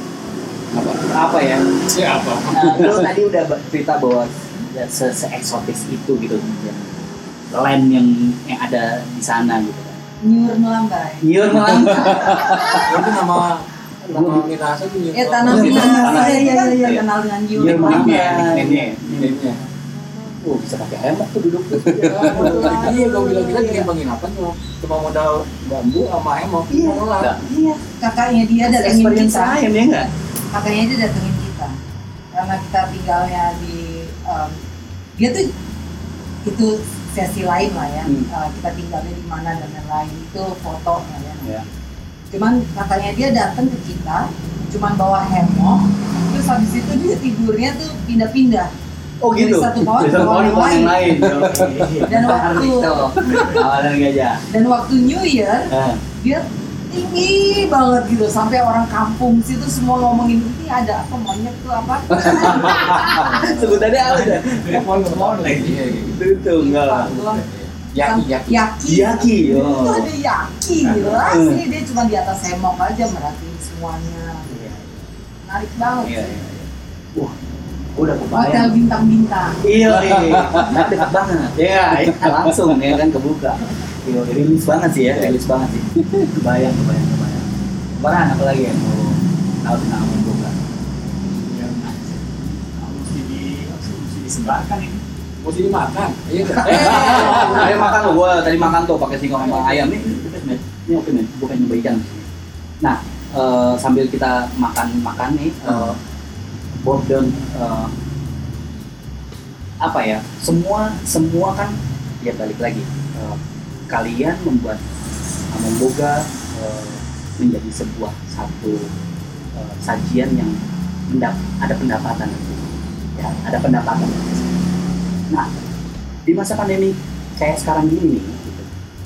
apa apa ya? Siapa? Nah, lo tadi udah ba- cerita bahwa ya, se, se eksotis itu gitu ya. Land yang yang ada di sana gitu kan. Nyur melambai. Nyur melambai. Itu nama nama Minahasa itu. Ya tanah Oh, Minahasa, tanah. iya iya iya Iya. kenal dengan nyur Nyur melambai. melambai. Ini Ini. Oh bisa pakai hemok tuh duduk tuh. Iya, gue bilang kita bikin penginapan cuma cuma modal bambu sama hemok. Iya. Nah, Iya, kakaknya dia datengin Experience kita. lain ya enggak? Kakaknya dia datengin kita. Karena kita tinggalnya di um, dia tuh itu sesi lain lah ya, Hmm. uh, kita tinggalnya di mana dan lain-lain, itu foto lah ya. Ya. Cuman katanya dia datang ke kita, cuman bawa hemok, terus habis itu dia tidurnya tuh pindah-pindah. Oh gitu. Dari satu pohon Dari ke satu pohon pohon ke yang pohon yang lain. Dan waktu- awalan gajah. Dan waktu New Year, Ah. dia tinggi banget gitu, sampai orang kampung situ semua ngomongin ini ada apa monyet tuh apa? Sebutannya apa dah? Pohon-pohon lagi. Iya gitu. Itu tuh enggak lah. Gua- Yaki yaki. Yaki. Yaki. Itu Oh. ada yaki gitu. Asli dia cuma di atas hemok aja merhatiin semuanya. Iya, Menarik banget iya, sih. iya. Wah, gua udah Hotel kebayang. bintang-bintang. Iya, iya. Nah, dekat banget. Iya, iya, langsung ya kan kebuka. Iya, rilis banget sih ya, rilis banget sih. Kebayang, kebayang, kebayang. Kemarin apa lagi yang mau tahu tentang Among Boga? Ya, mesti di mesti disebarkan ini. Mesti dimakan. Iya kan? Eh, ayo makan lo. Gua tadi makan tuh pakai singkong sama ayam nih. Ini ini oke nih, bukan nyoba ikan. Nah, eh, sambil kita makan-makan nih, eh, Bob dan eh, apa ya? Semua semua kan ya balik lagi. Eh, kalian membuat Among Boga eh, menjadi sebuah satu eh, sajian yang mendap- ada pendapatan, ya ada pendapatan. Nah, di masa pandemi kayak sekarang gini nih, gitu,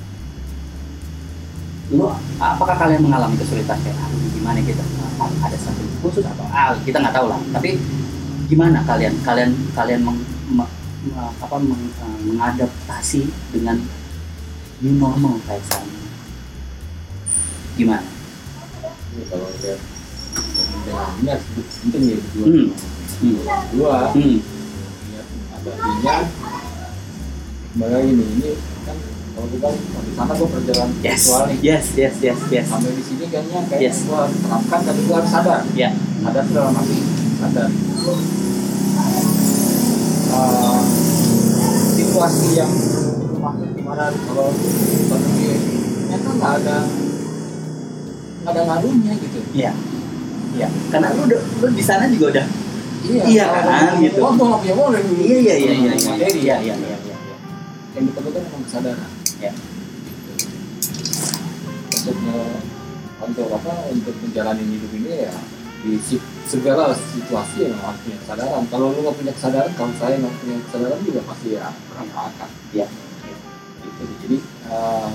lo apakah kalian mengalami kesulitan kayak aduh gimana kita ah, ada strategi khusus atau ah kita nggak tahu lah. Tapi gimana kalian kalian kalian meng, me- me- apa meng- eh, mengadaptasi dengan new normal kayak sekarang ini? Gimana? Ini kalau lihat ini harus penting ya berdua. Hmm. Hmm. Dua. Hmm. Lihat adanya kembali lagi nih ini kan kalau kita di sana gua perjalanan Yes, virtual nih yes, yes, yes, yes. sampai di sini kayaknya kayak Yes. gua harus terapkan tapi gua harus sadar Ya, sadar tuh dalam arti sadar uh, situasi yang rumah gimana kalau pandemi ternyata nggak ada nggak ada ngaruhnya gitu. iya, iya. Karena lu udah lu di sana juga udah. Iya, Iya kalau kan, ngomong- gitu. ngomong apa ya boleh dulu. Iya, iya, iya, iya, iya, Materi, iya, iya, iya, iya. yang diperlukan memang kesadaran. Ya. Untuk me- untuk apa untuk menjalani hidup ini ya di si- segala situasi yang harus punya kesadaran. Kalau lu nggak punya kesadaran, kalau saya nggak punya kesadaran juga pasti ya berantakan. Iya. Gitu. Jadi uh,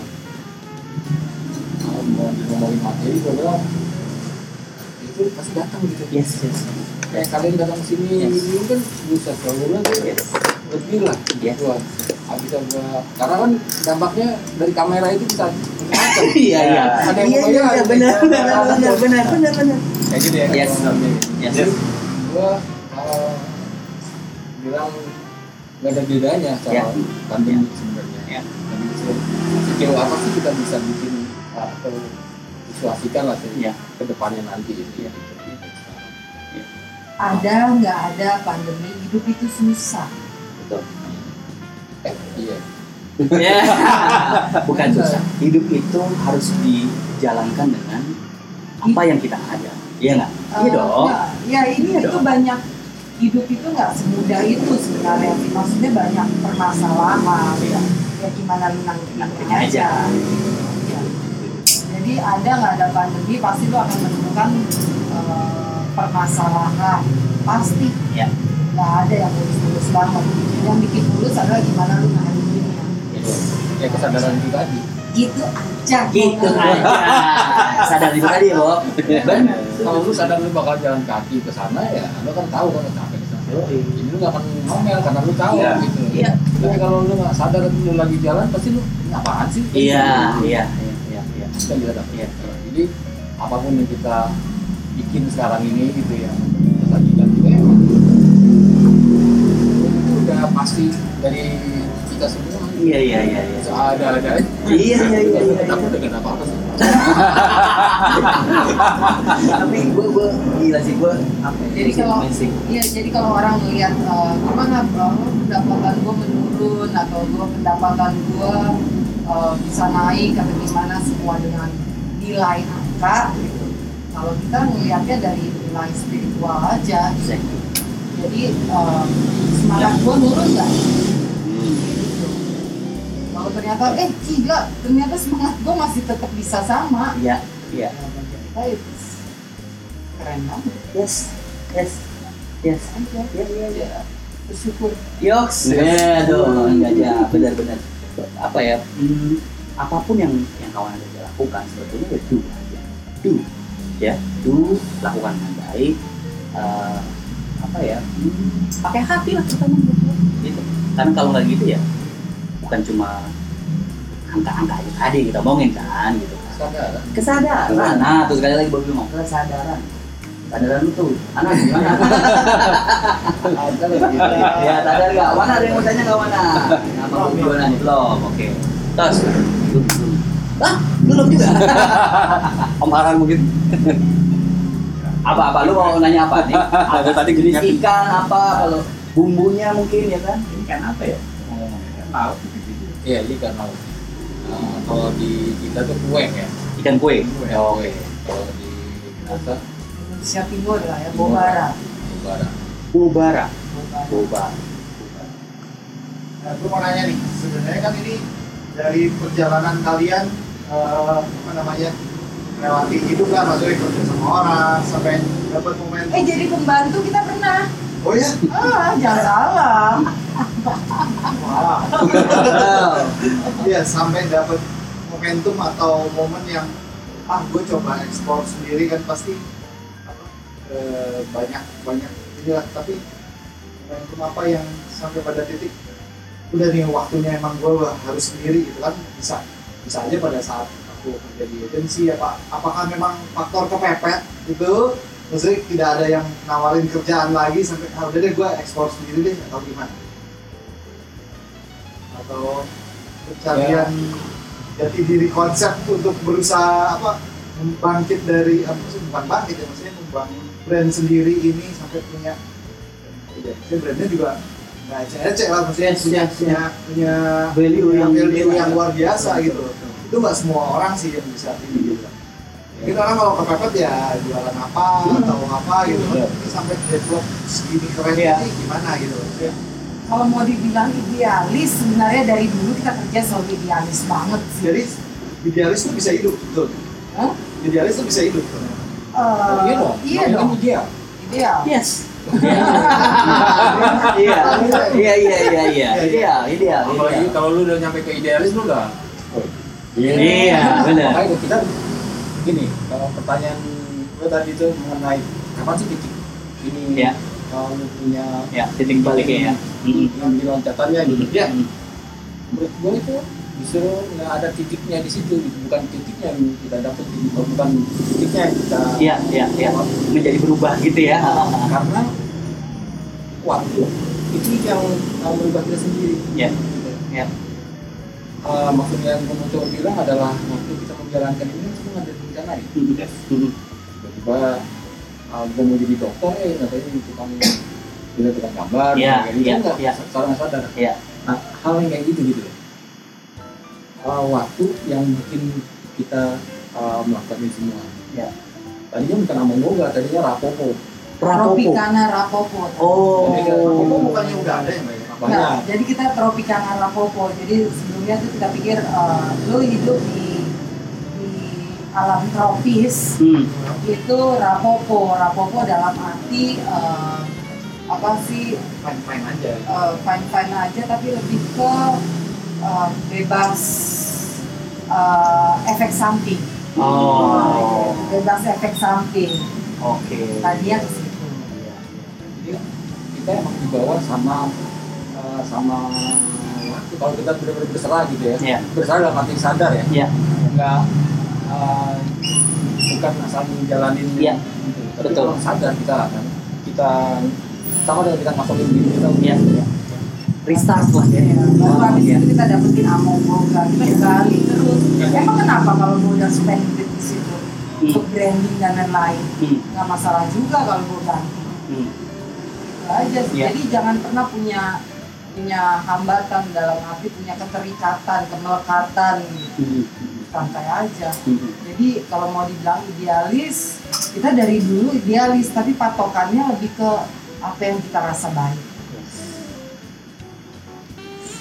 kalau mau ngomongin materi, gue bilang itu pasti datang gitu. Yes, yes. Kayak kalian datang sini Yes. dulu kan bisa kalau gue bilang tuh Yes. lebih lah. Yes. Gua bisa gua karena kan dampaknya dari kamera itu bisa macam. Iya, iya. Ada yang Iya, mau iya, bayar, benar, ada benar, yang benar, mau- benar, benar, benar. Kayak gitu ya. Yes. Dampaknya. Yes. Jadi, gua kalau bilang nggak ada bedanya sama Ya. pandemi sebenarnya. Ya. Jadi se- sejauh apa sih kita bisa bikin atau visuasikan lah sih Ya. ke depannya nanti gitu ya. Ada nggak ada pandemi, hidup itu susah. Betul. Eh, iya. Ya. Bukan susah. Hidup itu harus dijalankan dengan apa yang kita ada. Iya nggak? Iya Eh, dong. Ya, ya ini Iya itu dong. banyak hidup itu nggak semudah itu sebenarnya. Maksudnya banyak permasalahan. Iya. Ya gimana lu nanggepinnya Nanggepinnya aja. aja. Ya. Jadi ada nggak ada pandemi pasti lu akan menemukan eh, permasalahan pasti. Ya. Nggak ada yang mulus-mulus banget. Yang bikin mulus adalah gimana lu menghadapinya. Itu ya kesadaran itu tadi. Itu aja. Gitu Gua- aja. Sadar itu tadi, Bob. Benar. Kalau lu sadar lu bakal jalan kaki ke sana ya, lu kan tahu kan capek di sana. Yoi. Jadi lu gak akan ngomel karena lu tahu Iya. gitu. Iya. Tapi kalau lu nggak sadar lu lagi jalan, pasti lu ini apaan sih? Iya, iya, iya, iya, iya. Kita bisa dapat. Iya. Jadi apapun yang kita bikin sekarang ini gitu ya, kita sajikan juga emang itu udah pasti dari kita semua. Iya, iya, iya, iya. Ada ada. Iya, iya, iya, iya. Takut dengan apa apa sih? Tapi gue gue gila sih gue apa ya, Jadi kalau amazing. iya jadi kalau orang melihat uh, gimana bro pendapatan gue menurun atau gue pendapatan gue uh, bisa naik atau gimana semua dengan nilai angka gitu. Kalau kita melihatnya dari nilai spiritual aja, Exactly. jadi uh, semangat gue nurun nggak? Hmm. Gitu. Kalau ternyata eh gila, ternyata semangat gue masih tetap bisa sama. Iya, iya. Ya, bagi kita itu keren banget. Yes, yes, yes. Aja. Iya, iya, iya. Bersyukur. Yoks, ya dong, gajah, benar-benar. Apa ya? Hmm, apapun yang yang kawan Anda lakukan sebetulnya ya do aja, do, ya, do, lakukan dengan baik. Uh, apa ya? Hmm, pakai hati lah kita gitu. Karena kalau nggak gitu ya, bukan cuma angka-angka aja tadi kita omongin kan, gitu. Kesadaran. Kesadaran. Nah, terus sekali lagi Bobi ngomong kesadaran. Kesadaran itu, anak gimana? Ada lagi. Ya, sadar nggak? Mana ada yang mau tanya nggak mana? Nama Bobi mana nih? Belum, oke. Terus, belum, belum. Ah, belum juga. Om Haran mungkin. Apa-apa? Lu mau nanya apa nih? Ada tadi jenis ingat. ikan apa? Kalau bumbunya mungkin ya kan? Ini kan apa ya? Laut. Iya, ikan laut. Nah, kalau di kita tuh kue ya. Ikan kue. Kue. Oh, oke. Kalau di Minasa, Indonesia Timur lah ya, Bobara. Bobara. Bobara. Bobara. Boba. Nah, gue mau nanya nih, sebenarnya kan ini dari perjalanan kalian eh, apa namanya melewati hidup kan, maksudnya kerja sama orang sampai dapat momentum. Eh jadi pembantu kita pernah. Oh ya? Ah, jangan salah. Wah. Iya, sampai dapat momentum atau momen yang ah gue coba ekspor sendiri kan pasti apa, eh, banyak banyak inilah, tapi momentum apa yang sampai pada titik udah nih waktunya emang gue harus sendiri gitu kan, bisa bisa aja pada saat aku kerja di agensi apa apakah memang faktor kepepet gitu, maksudnya tidak ada yang nawarin kerjaan lagi sampai ah, udah deh gue ekspor sendiri deh atau gimana, atau pencarian jati diri konsep untuk berusaha apa bangkit dari apa sih, bukan bangkit ya, maksudnya membangun brand sendiri ini sampai punya ya, brandnya juga nggak ecek-ecek lah, maksudnya Yes, punya, yes, punya punya Value yang- value yang luar biasa gitu. Itu nggak semua orang sih yang bisa ini gitu. Mungkin orang kalau kepepet ya jualan apa atau apa gitu, tapi sampai develop segini keren Iya. ini gimana gitu. Ya. Kalau mau dibilang idealis, sebenarnya dari dulu kita kerja selalu idealis banget sih. Jadi idealis tuh bisa hidup, betul. Hah? Idealis tuh bisa hidup. Eh, Iya dong. iya Namanya dong. ideal. Ideal. Yes. Iya, iya, iya, iya, iya, ideal, ideal, Apalagi ideal. kalau lu udah nyampe ke idealis lu udah. Oh, Iya, benar. Makanya kita gini, kalau pertanyaan gue tadi itu mengenai kapan sih titik ini Iya. kalau lu punya Ya, titik baliknya ya. Mm-mm. yang di loncatannya gitu. Ya. Menurut gue itu justru nggak ada titiknya di situ, gitu. Bukan titiknya yang kita dapat, gitu. Bukan titiknya yang kita Iya, iya, iya. Menjadi berubah gitu ya. karena waktu itu yang uh, merubah kita sendiri. Ya, ya. Uh, maksudnya yang gue mau coba bilang adalah waktu kita menjalankan ini semua ada rencana ya. Mm-mm. Tiba-tiba uh, gue mau jadi dokter ya, katanya jadi tukang jadi tukang gambar, Iya, kayak gitu iya, nggak iya. salah nggak sadar. Iya. Nah, hal yang kayak gitu gitu. Uh, waktu yang bikin kita uh, melakukan ini semua. Ya. Tadinya bukan Among Boga, tadinya Rapopo. Tropicana Rapopo. Oh. Jadi, Apa bukannya udah ada ya, Mbak? ya? Banyak. Nah, jadi kita Tropicana Rapopo. Jadi sebelumnya tuh kita pikir eh, lu hidup di di alam tropis Hmm. itu Rapopo. Rapopo dalam arti eh, apa sih Fine-fine aja. eh, fine-fine aja tapi lebih ke eh, bebas eh, efek samping. Oh. Bebas efek samping. Oke. Tadinya ke situ. Jadi kita emang dibawa sama uh, sama waktu kalau kita benar-benar berserah gitu ya. Iya. Berserah dalam arti sadar ya. Iya. Enggak uh, bukan asal menjalanin Iya. gitu. Tapi Betul. kalau sadar kita kan kita sama dengan kita masukin diri kita. Iya. Restart lah ya. Baru habis Iya. itu kita dapetin Among Boga, kita gali terus. Emang kenapa kalau gue udah spend duit di situ untuk branding dan lain-lain? Hmm. Nggak masalah juga kalau gue ganti. Hmm. Itu aja sih. Iya. Jadi jangan pernah punya punya hambatan dalam arti punya keterikatan, kemelekatan. Gitu. Hmm. Santai aja. Hmm. Jadi kalau mau dibilang idealis, kita dari dulu idealis, tapi patokannya lebih ke apa yang kita rasa baik.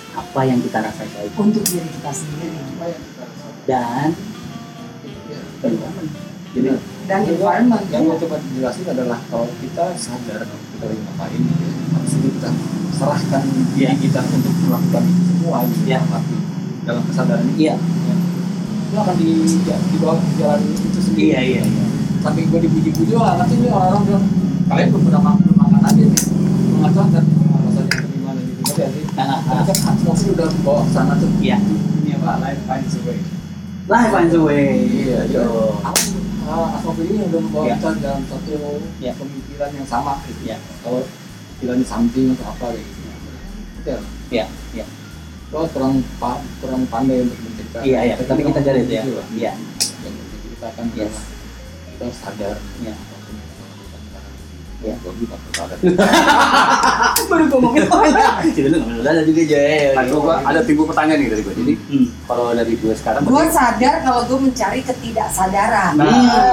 apa yang kita rasa baik Untuk diri kita sendiri dan Ya. environment. Jadi dan Yang environment. yang mau coba dijelasin adalah kalau kita sadar kalau kita lagi ngapain, habis itu kita serahkan diri kita untuk melakukan itu semua gitu, Ya. tapi dalam kesadaran itu, iya, itu akan di di bawah jalan itu sendiri. iya, iya, iya. Sampai gue dipuji-puji lah, nanti nih orang-orang bilang kalian belum pernah makan belum makan aja nih, mengatakan alasannya gimana gitu kan ya sih. Ah, ah, Tapi kan atmosfer udah bawa ke sana tuh. iya. Ini apa? Life finds a way. Life finds a way. Iya, iya. Betul. Atmosfer ini udah membawa Ya. kita dalam satu Ya. pemikiran yang sama gitu. Ya. Kalau bilangnya something atau apa gitu. Betul. Iya, iya. Lo kurang pa- kurang pandai untuk menceritakan. Iya, iya. Tapi kita garis ya. Gitu lah. Iya. Yang diceritakan Yes. adalah kita harus sadar. Iya. apapun yang kita lakukan sekarang. Iya. Gua juga sadar. Baru ngomongin orang. Jadi lu nggak ada juga aja. Nah, gua ada timbul pertanyaan nih dari gue. Jadi Hmm. kalau dari gue sekarang Gue berarti- sadar kalau gue mencari ketidaksadaran. Nah.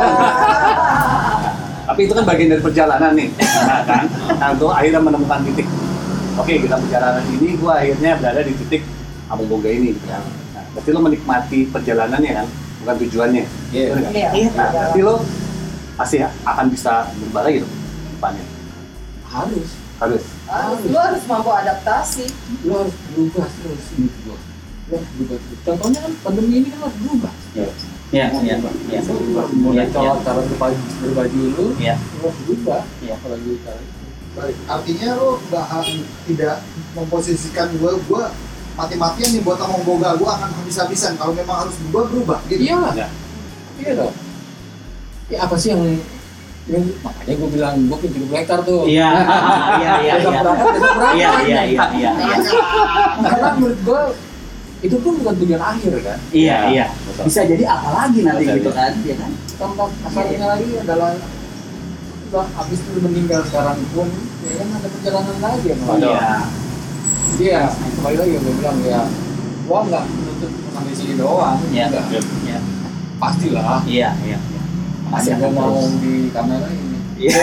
Tapi itu kan bagian dari perjalanan nih, nah, kan? Nah, gue akhirnya menemukan titik. Oke, kita perjalanan ini, gue akhirnya berada di titik Among Boga ini, gitu kan. Nah, berarti lo menikmati perjalanannya kan, bukan tujuannya. Iya. Bener nggak? Iya. Nah, berarti lo pasti akan bisa berubah lagi dong depannya. Harus. Harus. Harus, lu harus mampu adaptasi. Lo harus berubah terus ini gua. Lo harus berubah terus. Contohnya kan pandemi ini kan harus berubah. Iya, iya, iya. Iya. Mulai Iya, cara iya. cara berbaju, berbaju lu, Iya. lo harus berubah. Iya. Apalagi cara Baik, artinya lo nggak ha- tidak memposisikan gue gue mati-matian nih buat Among Boga, gue akan habis-habisan. Kalau memang harus berubah berubah gitu. Iya lah. Ya. Iya dong. Ya apa sih yang yang makanya gue bilang gue punya tujuh puluh hektar tuh. Iya, iya, iya, Besok iya. berangkat, besok berangkat. Iya, iya, iya, iya, iya. Karena menurut gue itu pun bukan tujuan akhir kan. Iya, iya. Betul. Bisa jadi apa lagi nanti Betul, gitu iya. kan, ya kan? Contoh kasarnya lagi adalah udah habis itu meninggal sekarang pun ya kan ada perjalanan lagi ya. Betul. Iya. Jadi ya kembali lagi gue bilang ya gua nggak menuntut sampai sini doang. Iya. Enggak. Iya. Pastilah. Iya, iya. Masih Masih gua akan mau terus. di kamera ini. Iya.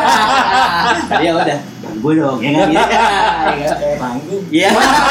Tadi ya udah. Gue dong, ya kan? Iya. Kayak panggung. Iya.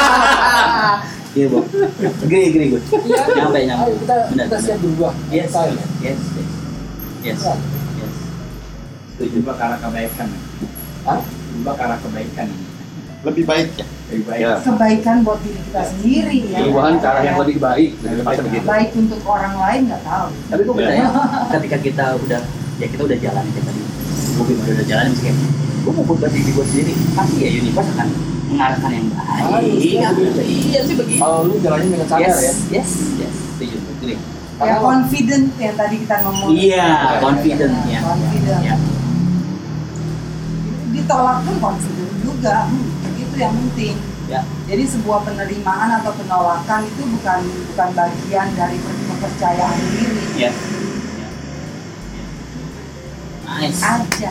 Iya, Bu. Agree, agree gue. Iya. Nyampe, nyampe. Ayo kita Benar, kita benar. siap berubah. Yes, Style. yes, yes, yes. Yes. Iya. Yes. Setuju. Berubah ke arah kebaikan. Hah? Berubah ke arah kebaikan. Lebih baik ya. Lebih baik. Ya. Kebaikan buat diri kita sendiri ya. Perubahan ke arah yang lebih baik, lebih baik begitu. Baik untuk orang lain nggak tahu. Tapi gue bertanya, ketika kita udah, ya kita udah jalan kayak tadi, mungkin udah udah jalan, misalnya, gue mau buat diri gue sendiri, pasti ya universe akan mengarahkan yang baik. Harus, Iya, begitu. iya sih begitu. Kalau lu jalannya dengan sadar Yes, ya. yes, yes, setuju, agree. Ya confident yang tadi kita ngomong. Iya, confident ya. Confident. Ya. Ditolak pun confident juga. Itu yang penting. Ya. Jadi sebuah penerimaan atau penolakan itu bukan bukan bagian dari kepercayaan diri. Ya. Nice. Aja.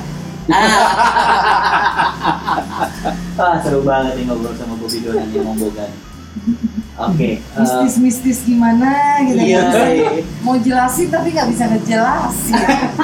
Ah, seru banget nih ngobrol sama Bobby Donan yang mau boga. Oke. eh, Mistis-mistis gimana gitu Iya. ya. Mau jelasin tapi nggak bisa ngejelasin.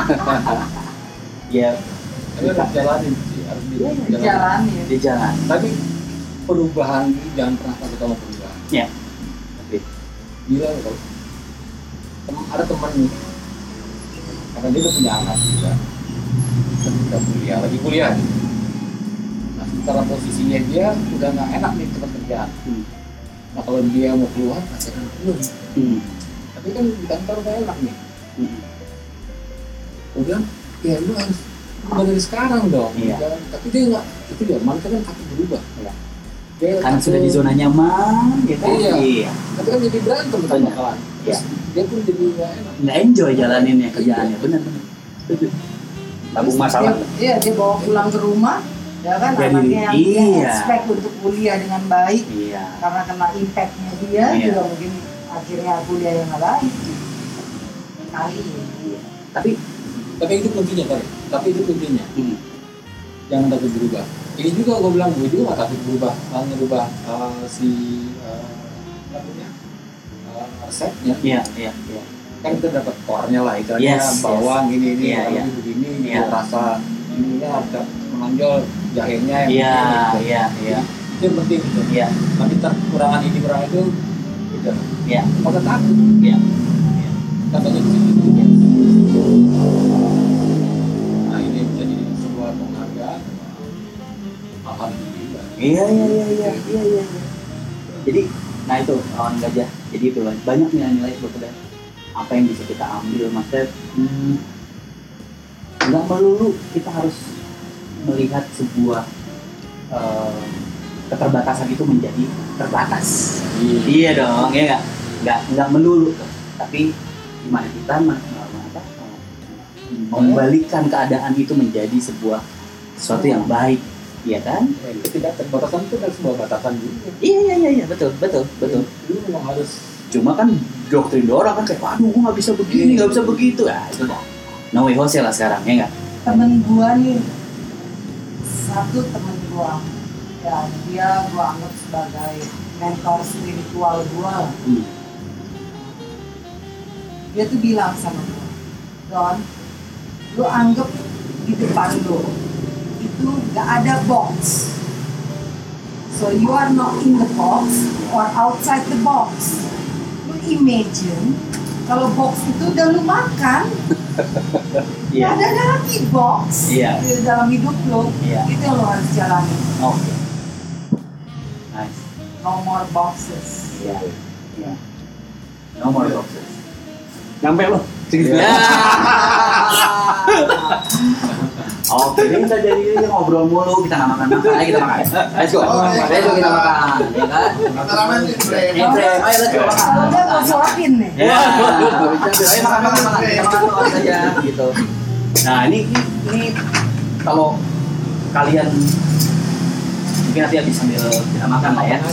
Ya, Tapi harus jalanin sih, harus dijalanin. Jalanin. di jalan. Tapi perubahan itu jangan pernah takut sama perubahan. Ya. Oke. Gila loh kalau tem- ada teman nih, karena dia udah punya anak juga, ketika kuliah, lagi kuliah nih. Nah secara posisinya dia udah nggak enak nih tempat kerjaan. Hmm. Nah kalau dia mau keluar pasti akan keluar. Hmm. Tapi kan di kantor nggak enak nih. Hmm. Gue bilang, ya lu harus berubah dari sekarang dong. Iya. Jangan- tapi dia nggak, itu dia manusia kan takut berubah. Iya. Dia Karena takut- sudah di zona nyaman, ya kan? Iya. Tapi kan jadi berantem kan Benar. bakalan. Iya. Terus dia pun jadi nggak enak. Nggak enjoy jalaninnya kerjaannya, benar-benar. Setuju. Tabung masalah. Dia, iya, dia bawa pulang ke rumah, ya kan Jadi, anaknya yang dia iya. expect untuk kuliah dengan baik Iya. karena kena impactnya dia Iya. juga mungkin akhirnya kuliah yang nggak baik. Kali ya. Tapi, Tapi itu kuncinya kali. Tapi itu kuncinya. hmm. Jangan takut berubah. Ini juga gue bilang gue juga nggak takut berubah. Nggak ngerubah uh, si uh, apa namanya uh, resepnya. Iya, iya, iya. Kan kita dapat core-nya lah, ikannya Yes, bawang ini ini Iya, kalau iya. ini begini, Iya. rasa ininya ada menonjol jahenya yang Iya, begini, gitu. iya, iya. itu yang penting gitu. Iya. Nanti ter kurangan ini kurang itu udah Iya. pada takut. Iya. Katanya di sini juga. Nah ini menjadi sebuah penghargaan. Alhamdulillah. Iya iya iya iya iya iya. Jadi, nah itu kawan gajah. Jadi itu banyak nilai-nilai sebetulnya. Apa yang bisa kita ambil, maksudnya hmm, nggak melulu kita harus melihat sebuah uh, keterbatasan itu menjadi terbatas. Iya. Iya dong, ya nggak nggak nggak melulu. Tapi gimana kita ma- ma- apa, membalikkan keadaan itu menjadi sebuah sesuatu yang baik, iya kan? Ketidakterbatasan itu adalah sebuah batasan juga. Iya iya iya iya betul betul betul. Itu memang harus. Cuma kan doktrin orang kan kayak, aduh gue nggak bisa begini, nggak bisa begitu, ya itu dah. No way Jose lah sekarang, ya nggak? Temen gua nih, satu temen gua, ya dia gua anggap sebagai mentor spiritual gua lah. Hmm. Dia tuh bilang sama gua, Don, lu anggap di depan lu itu gak ada box, so you are not in the box or outside the box. Lu imagine kalau box itu udah lu makan, Iya. gak ada lagi box Iya. di dalam hidup lu. Iya. Itu yang lu harus jalani. Oke. Nice. No more boxes. Iya. Iya. No more boxes. Nyampe lo. Ya. Oke, ini kita jadi ngobrol mulu, kita nggak makan makan, ayo kita makan. Let's go. Oke. Let's go kita makan, ya kan? Kita ramen di frame. Eh, Frame, ayo let's go makan. Kalau dia mau suapin nih. Ya, ayo makan makan makan, kita makan dulu aja gitu. Nah ini ini, ini kalau kalian mungkin nanti habis sambil kita makan lah ya.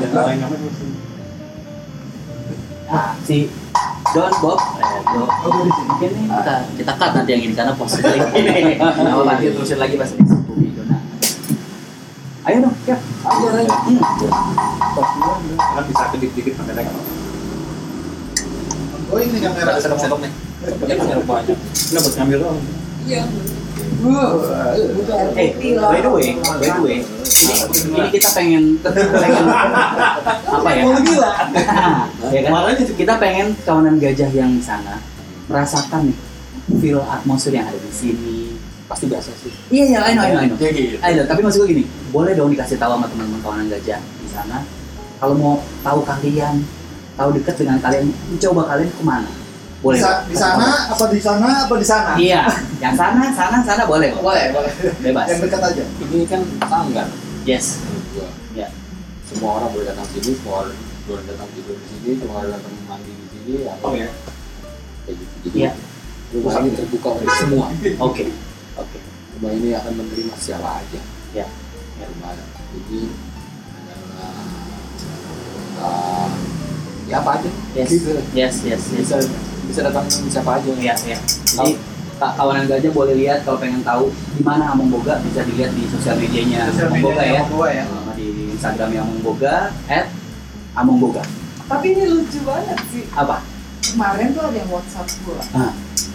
Nah, si Don Bob, eh, Bob, mungkin nih kita kita cut nanti yang ini karena posisi lagi. Nah, nanti terusin lagi pas di video. Nah, ayo dong, ya. Ayo, ayo. Hmm. Kan bisa kedip-dikit pakai rek. Oh ini kamera. Sedok-sedok nih. Sebenarnya banyak banyak. Enggak buat ngambil doang. Iya. Eh, by the way, by the way, ini, ini kita pengen, pengen apa ya? Mau gila. Ya kan? Kita pengen kawanan gajah yang di sana merasakan nih feel atmosfer yang ada di sini. Pasti biasa sih. Iya iya, I know, I know, I know. Kayak gitu. Ayo, tapi maksud gue gini, boleh dong dikasih tahu sama teman-teman kawanan gajah di sana. Kalau mau tahu kalian, tahu dekat dengan kalian, mencoba kalian kemana? Boleh. Di sa- di sana apa di sana apa di sana? Iya, yang sana, sana, sana boleh. Boleh, boleh. Bebas. Yang dekat aja. Ini kan sanggar. Yes. Menurut gua. Ya. Semua orang boleh datang sini, semua orang boleh datang tidur di sini, semua orang datang mandi di sini. Atau Oh ya. kayak gitu. Jadi Iya. rumah ini terbuka untuk semua. Oke. Oke. Rumah ini akan menerima siapa aja. Ya. Ya, rumah ini adalah uh, ya apa aja. Yes. Gitu. Yes, yes, yes. Bisa bisa datang siapa aja. Iya, iya. Jadi Kak kawanan gajah boleh lihat kalau pengen tahu di mana Among Boga bisa dilihat di sosial medianya Sosial Among Boga media ya. Among Boga ya. Sama di Instagramnya Among Boga at Among Boga. Tapi ini lucu banget sih. Apa? Kemarin tuh ada yang WhatsApp gua. Ah.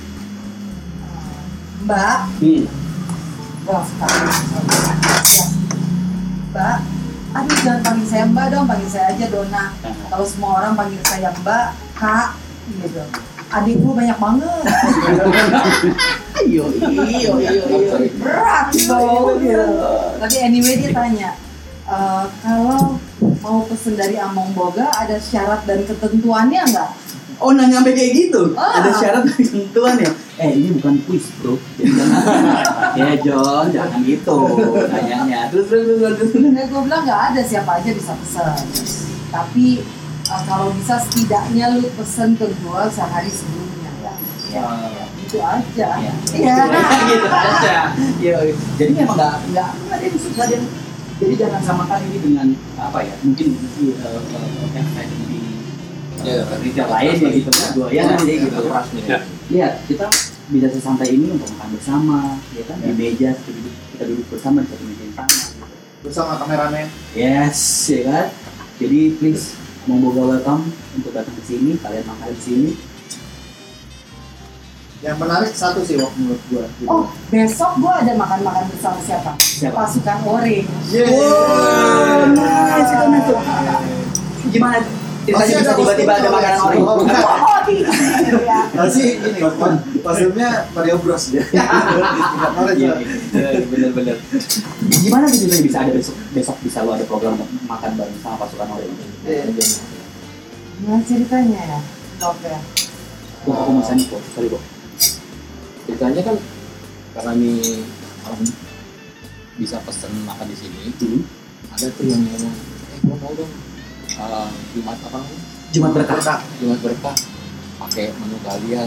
Mbak, Hmm. gua sekarang ya. Mbak, aduh jangan panggil saya Mbak dong, panggil saya aja Dona. Kalau semua orang panggil saya Mbak, Kak, gitu. Adik gua banyak banget. Iyo, iyo, iyo, iyo. Berat dong. Gitu. Tapi anyway dia tanya, e, kalau mau pesen dari Among Boga ada syarat dan ketentuannya nggak? Oh, nanya sampai kayak gitu? Ah. Ada syarat dan ketentuan ya? Eh, ini bukan quiz, bro. Jadi jangan. Ya, John, jangan gitu nanyanya. Terus, terus, terus, terus. Nah, gue bilang nggak ada, siapa aja bisa pesen. Tapi uh, kalau bisa setidaknya lu pesen ke gue sehari sebelumnya ya. Ya, ya, itu aja. Ya. Iya. Gitu aja. Iya. Jadi memang nggak nggak nggak ada yang susah dan jadi jangan samakan ini dengan apa ya? Mungkin di uh, uh, yang di Ya, retail lain ya gitu kan. Dua ya kan jadi gitu. Ya. Iya, kita bisa sesantai ini untuk makan bersama, ya kan? Di meja kita duduk, kita duduk bersama di satu meja yang sama. Gitu. Bersama kameramen. Yes, ya kan? Jadi please Among Boga welcome untuk datang ke sini, kalian makan di sini. yang menarik satu sih waktu menurut gua gitu. Oh, besok gua ada makan-makan bersama siapa? Siapa? Pasukan Orange. Yeay. Wow, nice itu nice tuh. Gimana ceritanya Masih bisa ada tiba-tiba ada kostum makanan ya? orange? Oh, bukan. Oh, iya. Masih ini kostumnya Mario Bros ya. Tidak Orange Iya, lah. iya, bener-bener. Gimana ceritanya bisa ada besok besok bisa lo ada program makan bareng sama pasukan orange? Iya. Gimana ceritanya ya? Oke. Gua aku mau sana kok, sorry kok. Ceritanya kan karena nih orang bisa pesen makan di sini, Hmm. ada tuh yang ngomong, eh gua mau dong uh, Jumat apa namanya? Jumat berkah. Jumat berkah pakai menu kalian.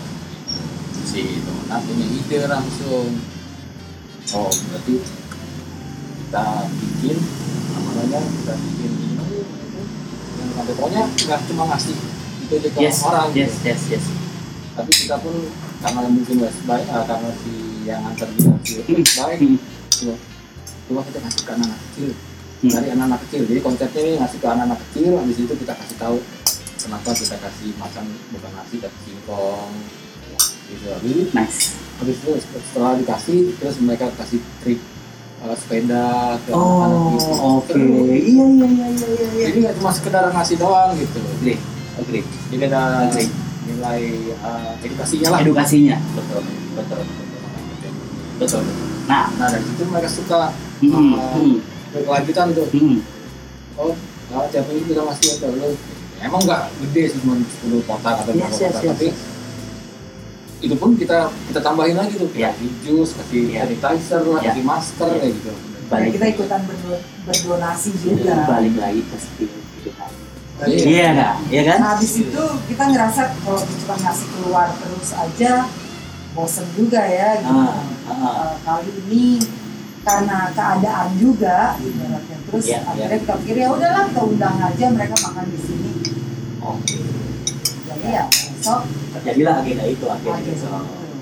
Si temen punya ide langsung. Oh berarti kita bikin apa namanya? Kita bikin menu yang ada pokoknya nggak cuma ngasih itu aja ke Yes, orang. yes, yes, yes. Tapi kita pun karena mungkin West baik, uh, karena si yang antar dia si West baik, Hmm. coba coba kita kasih ke anak-anak kecil, Hmm. dari anak-anak kecil. Jadi konsepnya ini ngasih ke anak-anak kecil, habis itu kita kasih tahu kenapa kita kasih makan bukan nasi tapi singkong, gitu. Habis itu, Nice. habis itu setelah dikasih, terus mereka kasih trip uh, sepeda ke anak-anak gitu. Oh, oke. Seru. Iya, iya, iya, iya, iya, iya. Jadi nggak cuma sekedar ngasih doang gitu. Agree, agree. Jadi ada Agree. nilai uh, edukasinya lah. Edukasinya. Betul, betul, Betul. Nah, Nah dari situ mereka suka hmm, uh, hmm, berkelanjutan tuh. hmm. Oh, nah, tiap minggu kita masih ada lo. Emang nggak gede sih, cuma sepuluh kotak atau berapa Yes, yes, kotak, yes. tapi itu pun kita kita tambahin lagi tuh, Iya. kasih jus, kasih Iya. sanitizer lah, Iya. kasih masker Iya. kayak gitu. Ya, Balik, kita ikutan berdo- berdonasi juga. balik lagi ke skill gitu kan. Iya. Iya kan? Iya kan? Nah, habis itu kita ngerasa kalau kita ngasih keluar terus aja bosen juga ya gitu. Ah, ah. Eh, kali ini karena keadaan juga gitu. Terus Iya, akhirnya kita pikir ya udahlah kita undang aja mereka makan di sini. Oke. Jadi ya besok Terjadilah agenda itu akhirnya aja besok.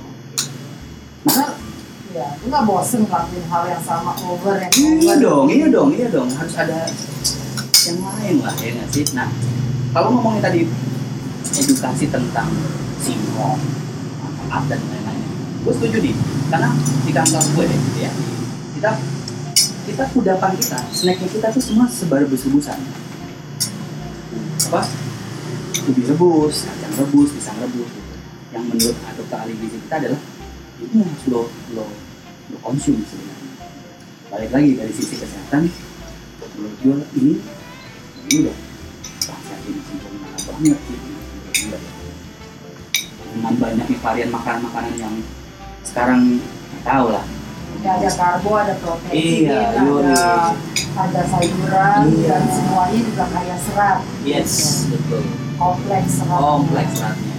Karena ya itu nggak bosen ngelakuin hal yang sama over and Iya over. dong, iya dong, iya dong. Harus ada yang lain lah ya nggak sih? Nah, kalau ngomongin tadi edukasi tentang singkong, maaf dan lain-lain, gue setuju nih. Karena di kantor gue deh, ya, kita kita kudapan kita, snacknya kita tuh semua sebar-bus-rebusan. Apa? Ubi rebus, kacang rebus, pisang rebus. Gitu. Yang menurut dokter ahli gizi kita adalah itu yang harus lo lo lo konsum sebenarnya. Balik lagi dari sisi kesehatan, menurut gue ini ini udah pasar ini sempurna banget gitu. Gila. Dengan banyaknya varian makanan-makanan yang sekarang nggak tahu lah. Ya, ada karbo, ada protein, Iya, ada yoi. ada sayuran Iya. dan semuanya juga kaya serat. Yes, betul. Kompleks serat. Kompleks seratnya.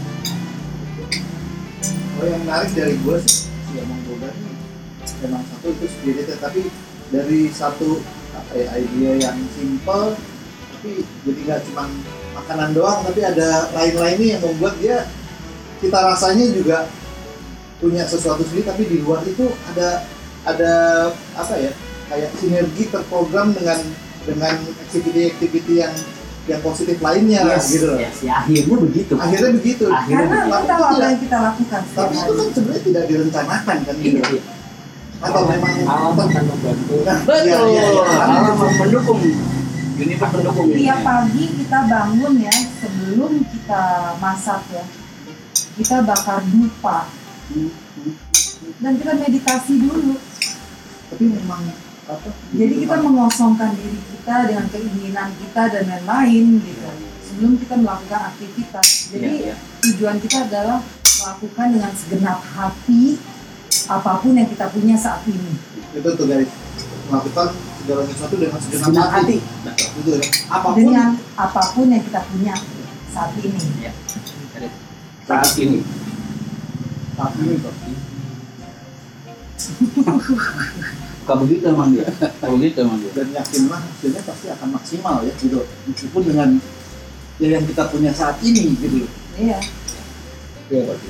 Oh, yang menarik dari gue sih si Among Boga ini memang satu itu spiritnya, tapi dari satu apa ya, idea yang simple tapi jadi nggak cuma makanan doang, tapi ada lain-lainnya yang membuat dia kita rasanya juga punya sesuatu sendiri, tapi di luar itu ada ada apa ya, kayak sinergi terprogram dengan dengan activity-activity yang yang positif lainnya Yes, gitu loh. yes, ya, akhirnya begitu. Akhirnya begitu. Akhirnya Karena begitu. kita tahu apa yang kita lakukan setiap Tapi itu hari. kan sebenarnya tidak direncanakan kan gitu. Iya, iya. Atau memang Alam akan membantu. Betul. Iya, iya, iya. Alam mendukung. Universe mendukung. Tiap pagi kita bangun ya, sebelum kita masak ya, kita bakar dupa dan kita meditasi dulu. tapi memang apa? Jadi kita mengosongkan diri kita dengan keinginan kita dan lain-lain gitu. Sebelum kita melakukan aktivitas. Jadi Iya, iya. tujuan kita adalah melakukan dengan segenap hati apapun yang kita punya saat ini. Itu tuh guys, melakukan segala sesuatu dengan segenap Segenap hati. hati. Itu ya. Apapun Dengan apapun yang kita punya saat ini. Ya. Saat ini. tapi ini kok. Suka begitu emang dia. Suka begitu emang dia. Dan yakinlah hasilnya pasti akan maksimal ya gitu. Meskipun dengan ya yang kita punya saat ini gitu. Iya. Iya, berarti.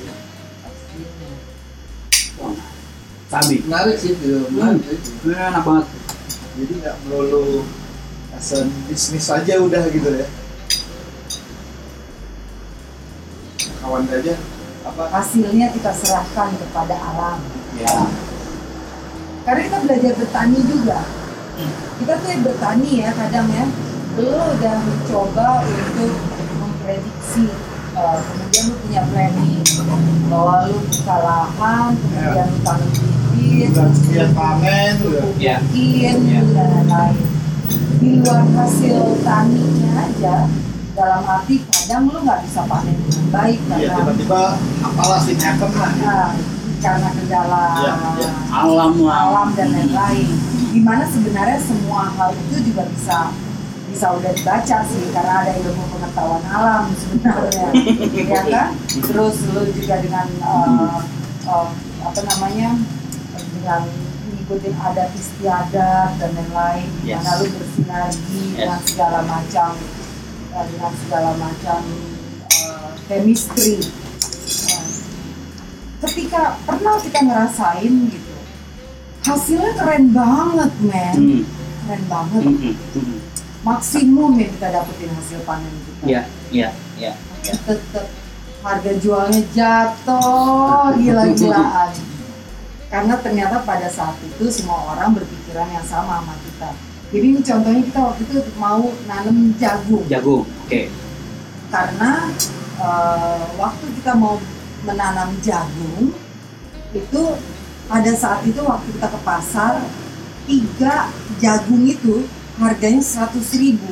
Sabi. Menarik sih gitu. Hmm. Menarik sih. Ini enak banget. Jadi nggak melulu as a bisnis aja udah gitu ya. Kawan aja apa hasilnya kita serahkan kepada alam. Ya. Karena kita belajar bertani juga. Kita tuh yang bertani ya kadang ya, lo udah mencoba untuk memprediksi, uh, kemudian lo punya planning bahwa lo buka lahan, kemudian lo tanam bibit, dan sekian panen lo udah. Ya. pupukin Ya. dan lain-lain. Di luar hasil taninya aja, dalam arti kadang lo nggak bisa panen dengan baik Iya, karena tiba-tiba apalah sih happen lah gitu. Nah, karena kendala Iya, iya. Alam lah. alam dan lain-lain. Dimana sebenarnya semua hal itu juga bisa bisa udah dibaca sih karena ada ilmu pengetahuan alam sebenarnya, ya kan? Terus lu juga dengan uh, uh, apa namanya dengan ngikutin adat istiadat dan lain-lain, Yes. dimana lu bersinergi Yes. dengan segala macam uh, dengan segala macam uh, chemistry. Uh, ketika pernah kita ngerasain gitu, hasilnya keren banget men, Hmm. keren banget, Hmm, hmm, hmm. maksimum yang kita dapetin hasil panen kita. Ya, ya, ya. Tetep harga jualnya jatuh gila-gilaan, karena ternyata pada saat itu semua orang berpikiran yang sama sama kita. Jadi ini contohnya kita waktu itu mau nanam jagung, Jagung. Oke. karena uh, waktu kita mau menanam jagung itu pada saat itu waktu kita ke pasar, tiga jagung itu harganya seratus ribu.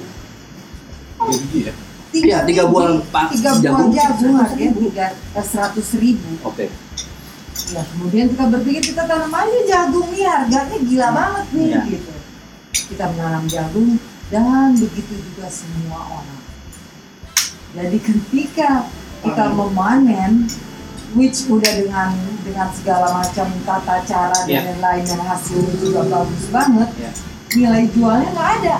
Jadi ya. Iya, tiga buah pa- tiga buah jagung. jagung harganya tiga seratus ribu. Oke. Ya, kemudian kita berpikir kita tanam aja jagung nih, harganya gila banget nih Ya. gitu. Kita menanam jagung dan begitu juga semua orang. Jadi ketika kita memanen, which udah dengan dengan segala macam tata cara dan Ya. lain-lain dan hasilnya juga bagus banget, Ya. nilai jualnya nggak ada.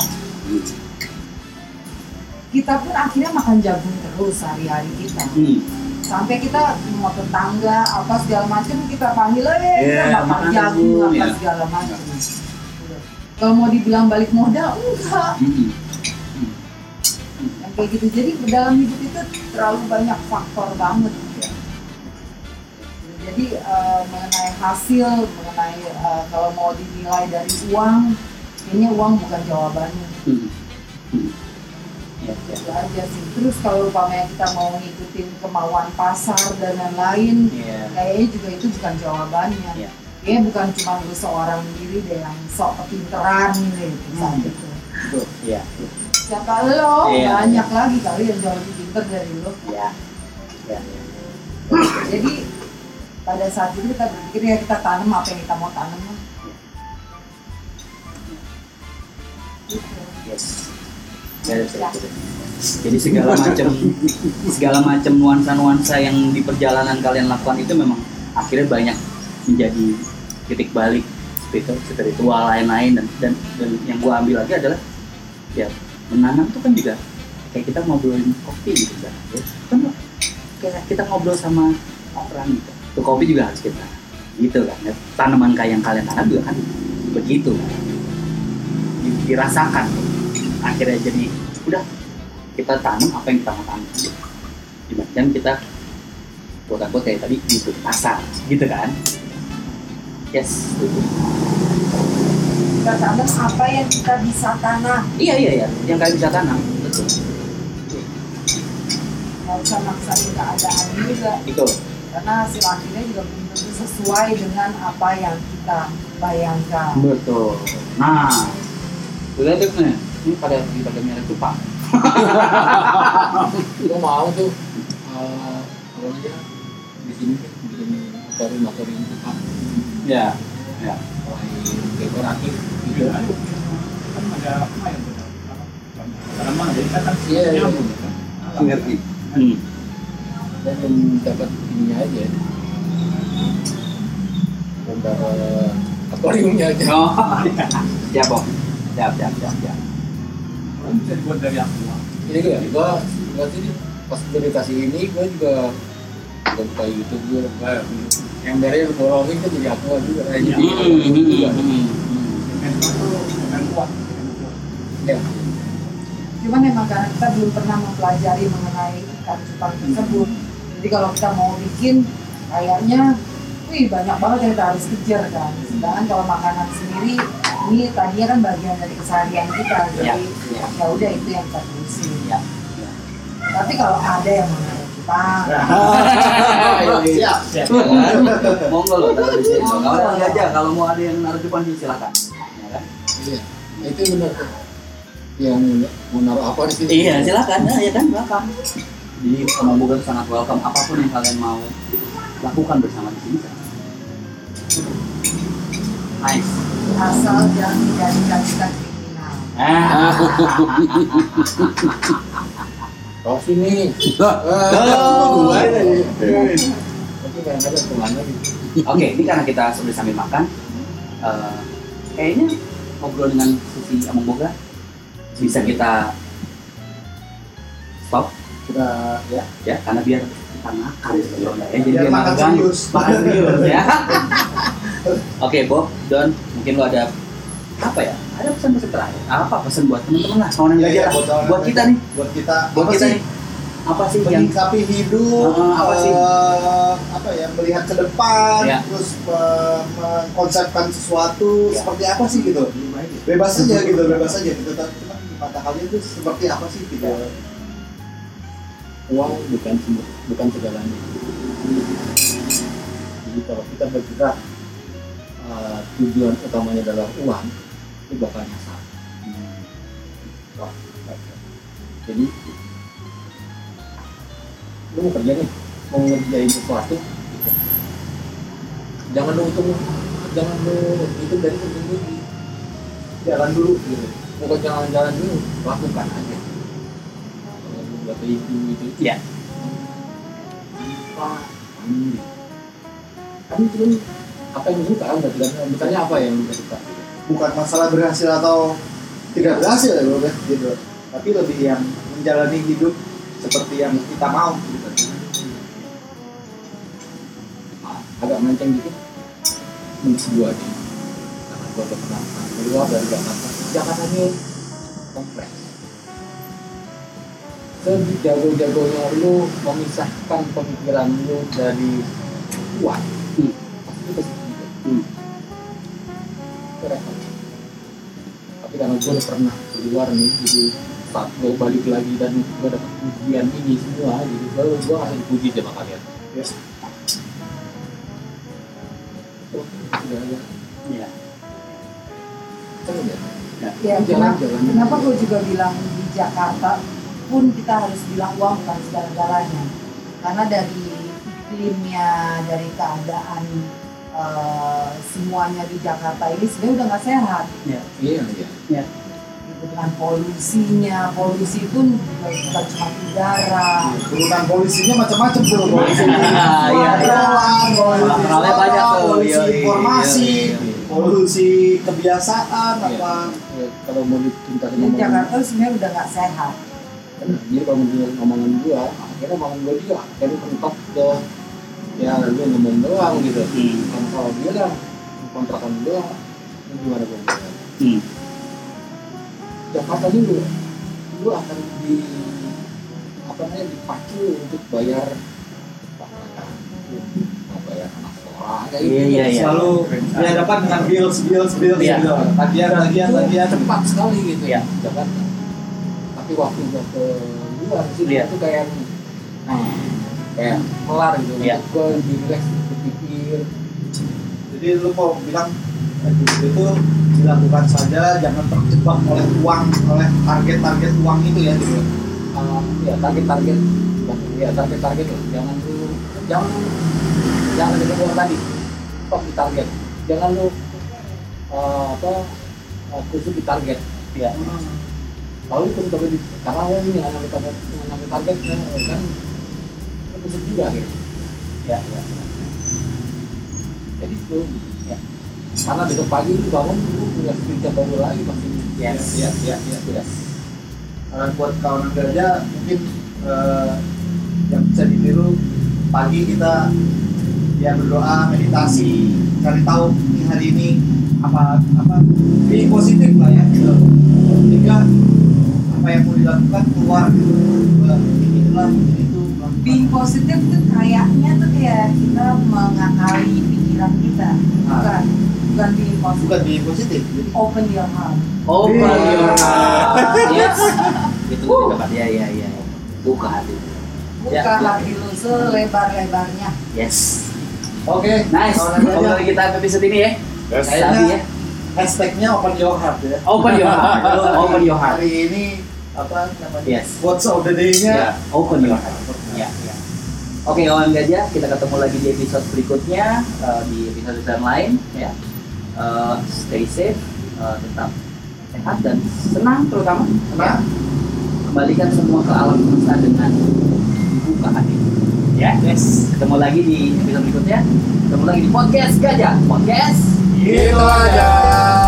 Kita pun akhirnya makan jagung terus hari-hari kita. Hmm. Sampai kita mau tetangga apa segala macam kita panggil eh kita Yeah, makan makan jagung jagung, apa ya. segala macam. Kalau mau dibilang balik modal enggak. Hmm. Yang kayak gitu. Jadi dalam hidup itu terlalu banyak faktor banget. Ya. Jadi eh, mengenai hasil, mengenai eh, kalau mau dinilai dari uang, kayaknya uang bukan jawabannya. Hmm. Hmm. Ya, ya. Itu aja sih. Terus kalau umpamanya kita mau ngikutin kemauan pasar dan lain-lain, Iya. kayaknya juga itu bukan jawabannya. Iya. Kayaknya bukan cuma lu seorang diri deh yang sok kepinteran gitu saat Hmm. itu. Iya. Siapa lo? Iya. Banyak lagi kali yang jauh lebih pinter dari lo. Ya. Ya. Jadi pada saat itu kita berpikir ya kita tanam apa yang kita mau tanam lah. Gitu. Yes. Ya, ya, ya. Jadi segala macam segala macam nuansa-nuansa yang di perjalanan kalian lakukan itu memang akhirnya banyak menjadi titik balik spiritual, spiritual lain-lain dan, dan dan yang gua ambil lagi adalah ya menanam tuh kan juga kayak kita ngobrolin kopi gitu kan, ya. Kan kayak kita ngobrol sama orang gitu. Tuh kopi juga harus kita gitu kan. Ya. Tanaman kayak yang kalian tanam juga kan begitu kan. Di- dirasakan akhirnya jadi udah kita tanam apa yang kita mau tanam dibandingkan kita quote-unquote kayak tadi di pasar gitu kan. Yes. Kita tanam apa yang kita bisa tanam. Iya iya iya yang kalian bisa tanam betul Nggak usah maksain keadaan juga. itu. Karena hasil akhirnya juga belum tentu sesuai dengan apa yang kita bayangkan. Betul. Nah, lihat tuh nih, ini pada pada merek tuh pak. Gue mau tuh eh, kalau dia di sini kan bikin motor-motor ini tuh kan Ya, ya. mulai dekoratif gitu. Iya, kan ada apa ya? Tanaman jadi kan Iya, iya. nyambung kan. Ngerti. Hmm. Dan yang dapat ininya aja gambar eh, akuariumnya aja. Oh, siap Bang. Siap, siap, siap, siap. Kan bisa dibuat dari aqua. Ini gue, gue nggak sih pas gue dikasih ini gue juga udah buka YouTube gue buka yang dari yang borongin kan jadi aqua juga kayak Iya. jadi aqua juga. Hmm. Dengan itu dengan kuat. Dengan kuat. Ya, Cuman memang karena kita belum pernah mempelajari mengenai ikan cupang tersebut, Jadi kalau kita mau bikin kayaknya wih banyak banget yang kita harus kejar kan. Sedangkan kalau makanan sendiri ini tadinya kan bagian dari keseharian kita, jadi Ya, ya. ya udah itu yang kita terusin. Ya. Tapi kalau ada yang mengenai kita, Siap. Siap. Monggo lo taruh di sini. Monggo. Kalau ada aja, kalau mau ada yang naruh di depan sini silakan. Ya kan? Iya, itu benar tuh. Yang mau naruh apa di sini? Iya, silakan. Nah, ya kan, welcome. Jadi Among Boga sangat welcome apapun yang kalian mau lakukan bersama di sini. Nice. asal jangan dijadikan kriminal. Ah. Oh sini. Oh. Tapi kadang-kadang kemana gitu. Oke, ini karena kita sudah sambil makan, eh, kayaknya ngobrol dengan sisi Among Boga bisa kita stop Kita ya. ya, karena biar kita makan ya, jadi Biar biar makan makan serius. makan serius ya. Oke Bob, Don, mungkin lo ada apa ya? Ada pesan-pesan terakhir? Apa pesan buat teman-teman lah, kawan yang Iya, belajar iya, lah. buat kawan buat yang kita nih, buat kita buat apa kita sih? nih, apa sih yang Menyikapi hidup, Heeh, apa sih? eh, apa ya, melihat ke depan, Ya. terus me- mengkonsepkan sesuatu Ya. seperti apa sih gitu. Bebas aja gitu, bebas aja gitu. Tapi cuma di mata kalian itu seperti apa sih gitu. Uang bukan semua, bukan segalanya. Jadi kalau kita bergerak uh, tujuan utamanya adalah uang, itu bakal nyasar. Wah, bakal. Jadi lu mau kerja nih, mau ngerjain sesuatu, gitu. Jangan lu hitung, jangan lu hitung dari sendiri. Jalan dulu, gitu. Pokoknya jalan-jalan dulu, lakukan aja. Buat itu itu ya? tanpa ambil. Kamu cuma apa yang suka kan berarti kan misalnya apa yang lu suka? Bukan masalah berhasil atau tidak berhasil ya bro, gitu. Tapi lebih yang menjalani hidup seperti yang kita mau gitu. Agak melenceng dikit. Menurut gua aja. Karena gua udah pernah keluar dari Jakarta. Jakarta ini kompleks. Sejago-jagonya lu memisahkan pemikiran lu dari uang, Hmm. pasti pasti gitu. Hmm. Itu repot. Tapi karena gue udah pernah keluar nih, gitu saat gue balik lagi dan gue dapet pujian ini semua, gitu gue gue ngasih dipuji sama kalian. Ya. Oh, udah ya, Iya. kan ya. Ya, Jalan, kenapa, jalan. kenapa gue juga bilang di Jakarta pun kita harus bilang uang bukan segala-galanya. Karena dari iklimnya, dari keadaan eh, semuanya di Jakarta ini sebenarnya udah nggak sehat. Iya. Iya iya. Gitu, dengan polusinya, polusi pun juga bukan cuma udara. Turunan polisinya macam-macam bro. Polisi Iya, iya. polusi Masalahnya banyak tuh. polusi Iya, iya, informasi, iya, iya. polusi kebiasaan Iya. apa. Ya, kalau mau dicinta Jadi Jakarta sebenarnya udah nggak sehat. jadi kalau menurut omongan gua, akhirnya omongan gua dia akhirnya mentok ke ya lu ngomong doang gitu. Hmm. Kalau kalau dia kan kontrakan doang, ini gimana gua bilang? Hmm. Jakarta dulu, lu akan di apa namanya dipacu untuk bayar makan, mau bayar anak sekolah, kayak Iya, gitu. iya, iya. Selalu dihadapkan dengan bills, bills, bills Iya. gitu. Tagihan, tagihan, Itu tagihan. cepat sekali gitu Iya. Jakarta. Tapi waktu gua ke luar sih Iya. itu kayak nah, kayak kelar gitu. Iya. Gua lebih relax berpikir. Jadi lu mau bilang hidup itu dilakukan saja, jangan terjebak oleh uang, oleh target-target uang itu ya gitu. Uh, ya target-target, ya target-target lah. Jangan lu, jangan jangan dengan uang tadi. Stop di target. Jangan lu uh, apa uh, khusus di target. Ya. Kalau itu udah di karena ini yang namanya target, yang namanya target kan kan kan khusus juga gitu. Ya, ya. Jadi itu ya. Karena besok pagi lu bangun lu punya kerja baru lagi pasti. Yes. Ya, ya, ya, ya. Uh, buat kawan gajah mungkin uh, yang bisa ditiru pagi kita ya berdoa, meditasi, cari tahu ini hari ini apa apa ini positif lah ya gitu. Sehingga apa yang mau dilakukan keluar gitu. Uh, inilah ini itu being positif tuh kayaknya tuh kayak kita mengakali pikiran kita, bukan bukan being positif. Bukan di positif. Jadi Open your heart. Open Iya. your heart. Yes. Itu lebih tepat. Ya, ya, ya. Buka hati. Buka Ya, ya. hati lu selebar-lebarnya. Yes. Oke, Nice. kalau nanti Ngobrol aja. kita episode ini ya. Yes. Sabi ya. Hashtagnya open your heart ya. Open your heart. Open your heart. Hari ini apa namanya? Yes. Quotes of the day-nya. Ya, open your heart. Ya, ya. Oke, kawan gajah, kita ketemu lagi di episode berikutnya, eh, di episode yang lain ya. Eh, stay safe, eh, tetap sehat dan senang terutama. Nah, Kembalikan semua ke alam semesta dengan dibuka hati. Ya, yes. Ketemu lagi di episode berikutnya. Ketemu lagi di podcast Gajah. Podcast. gitu aja.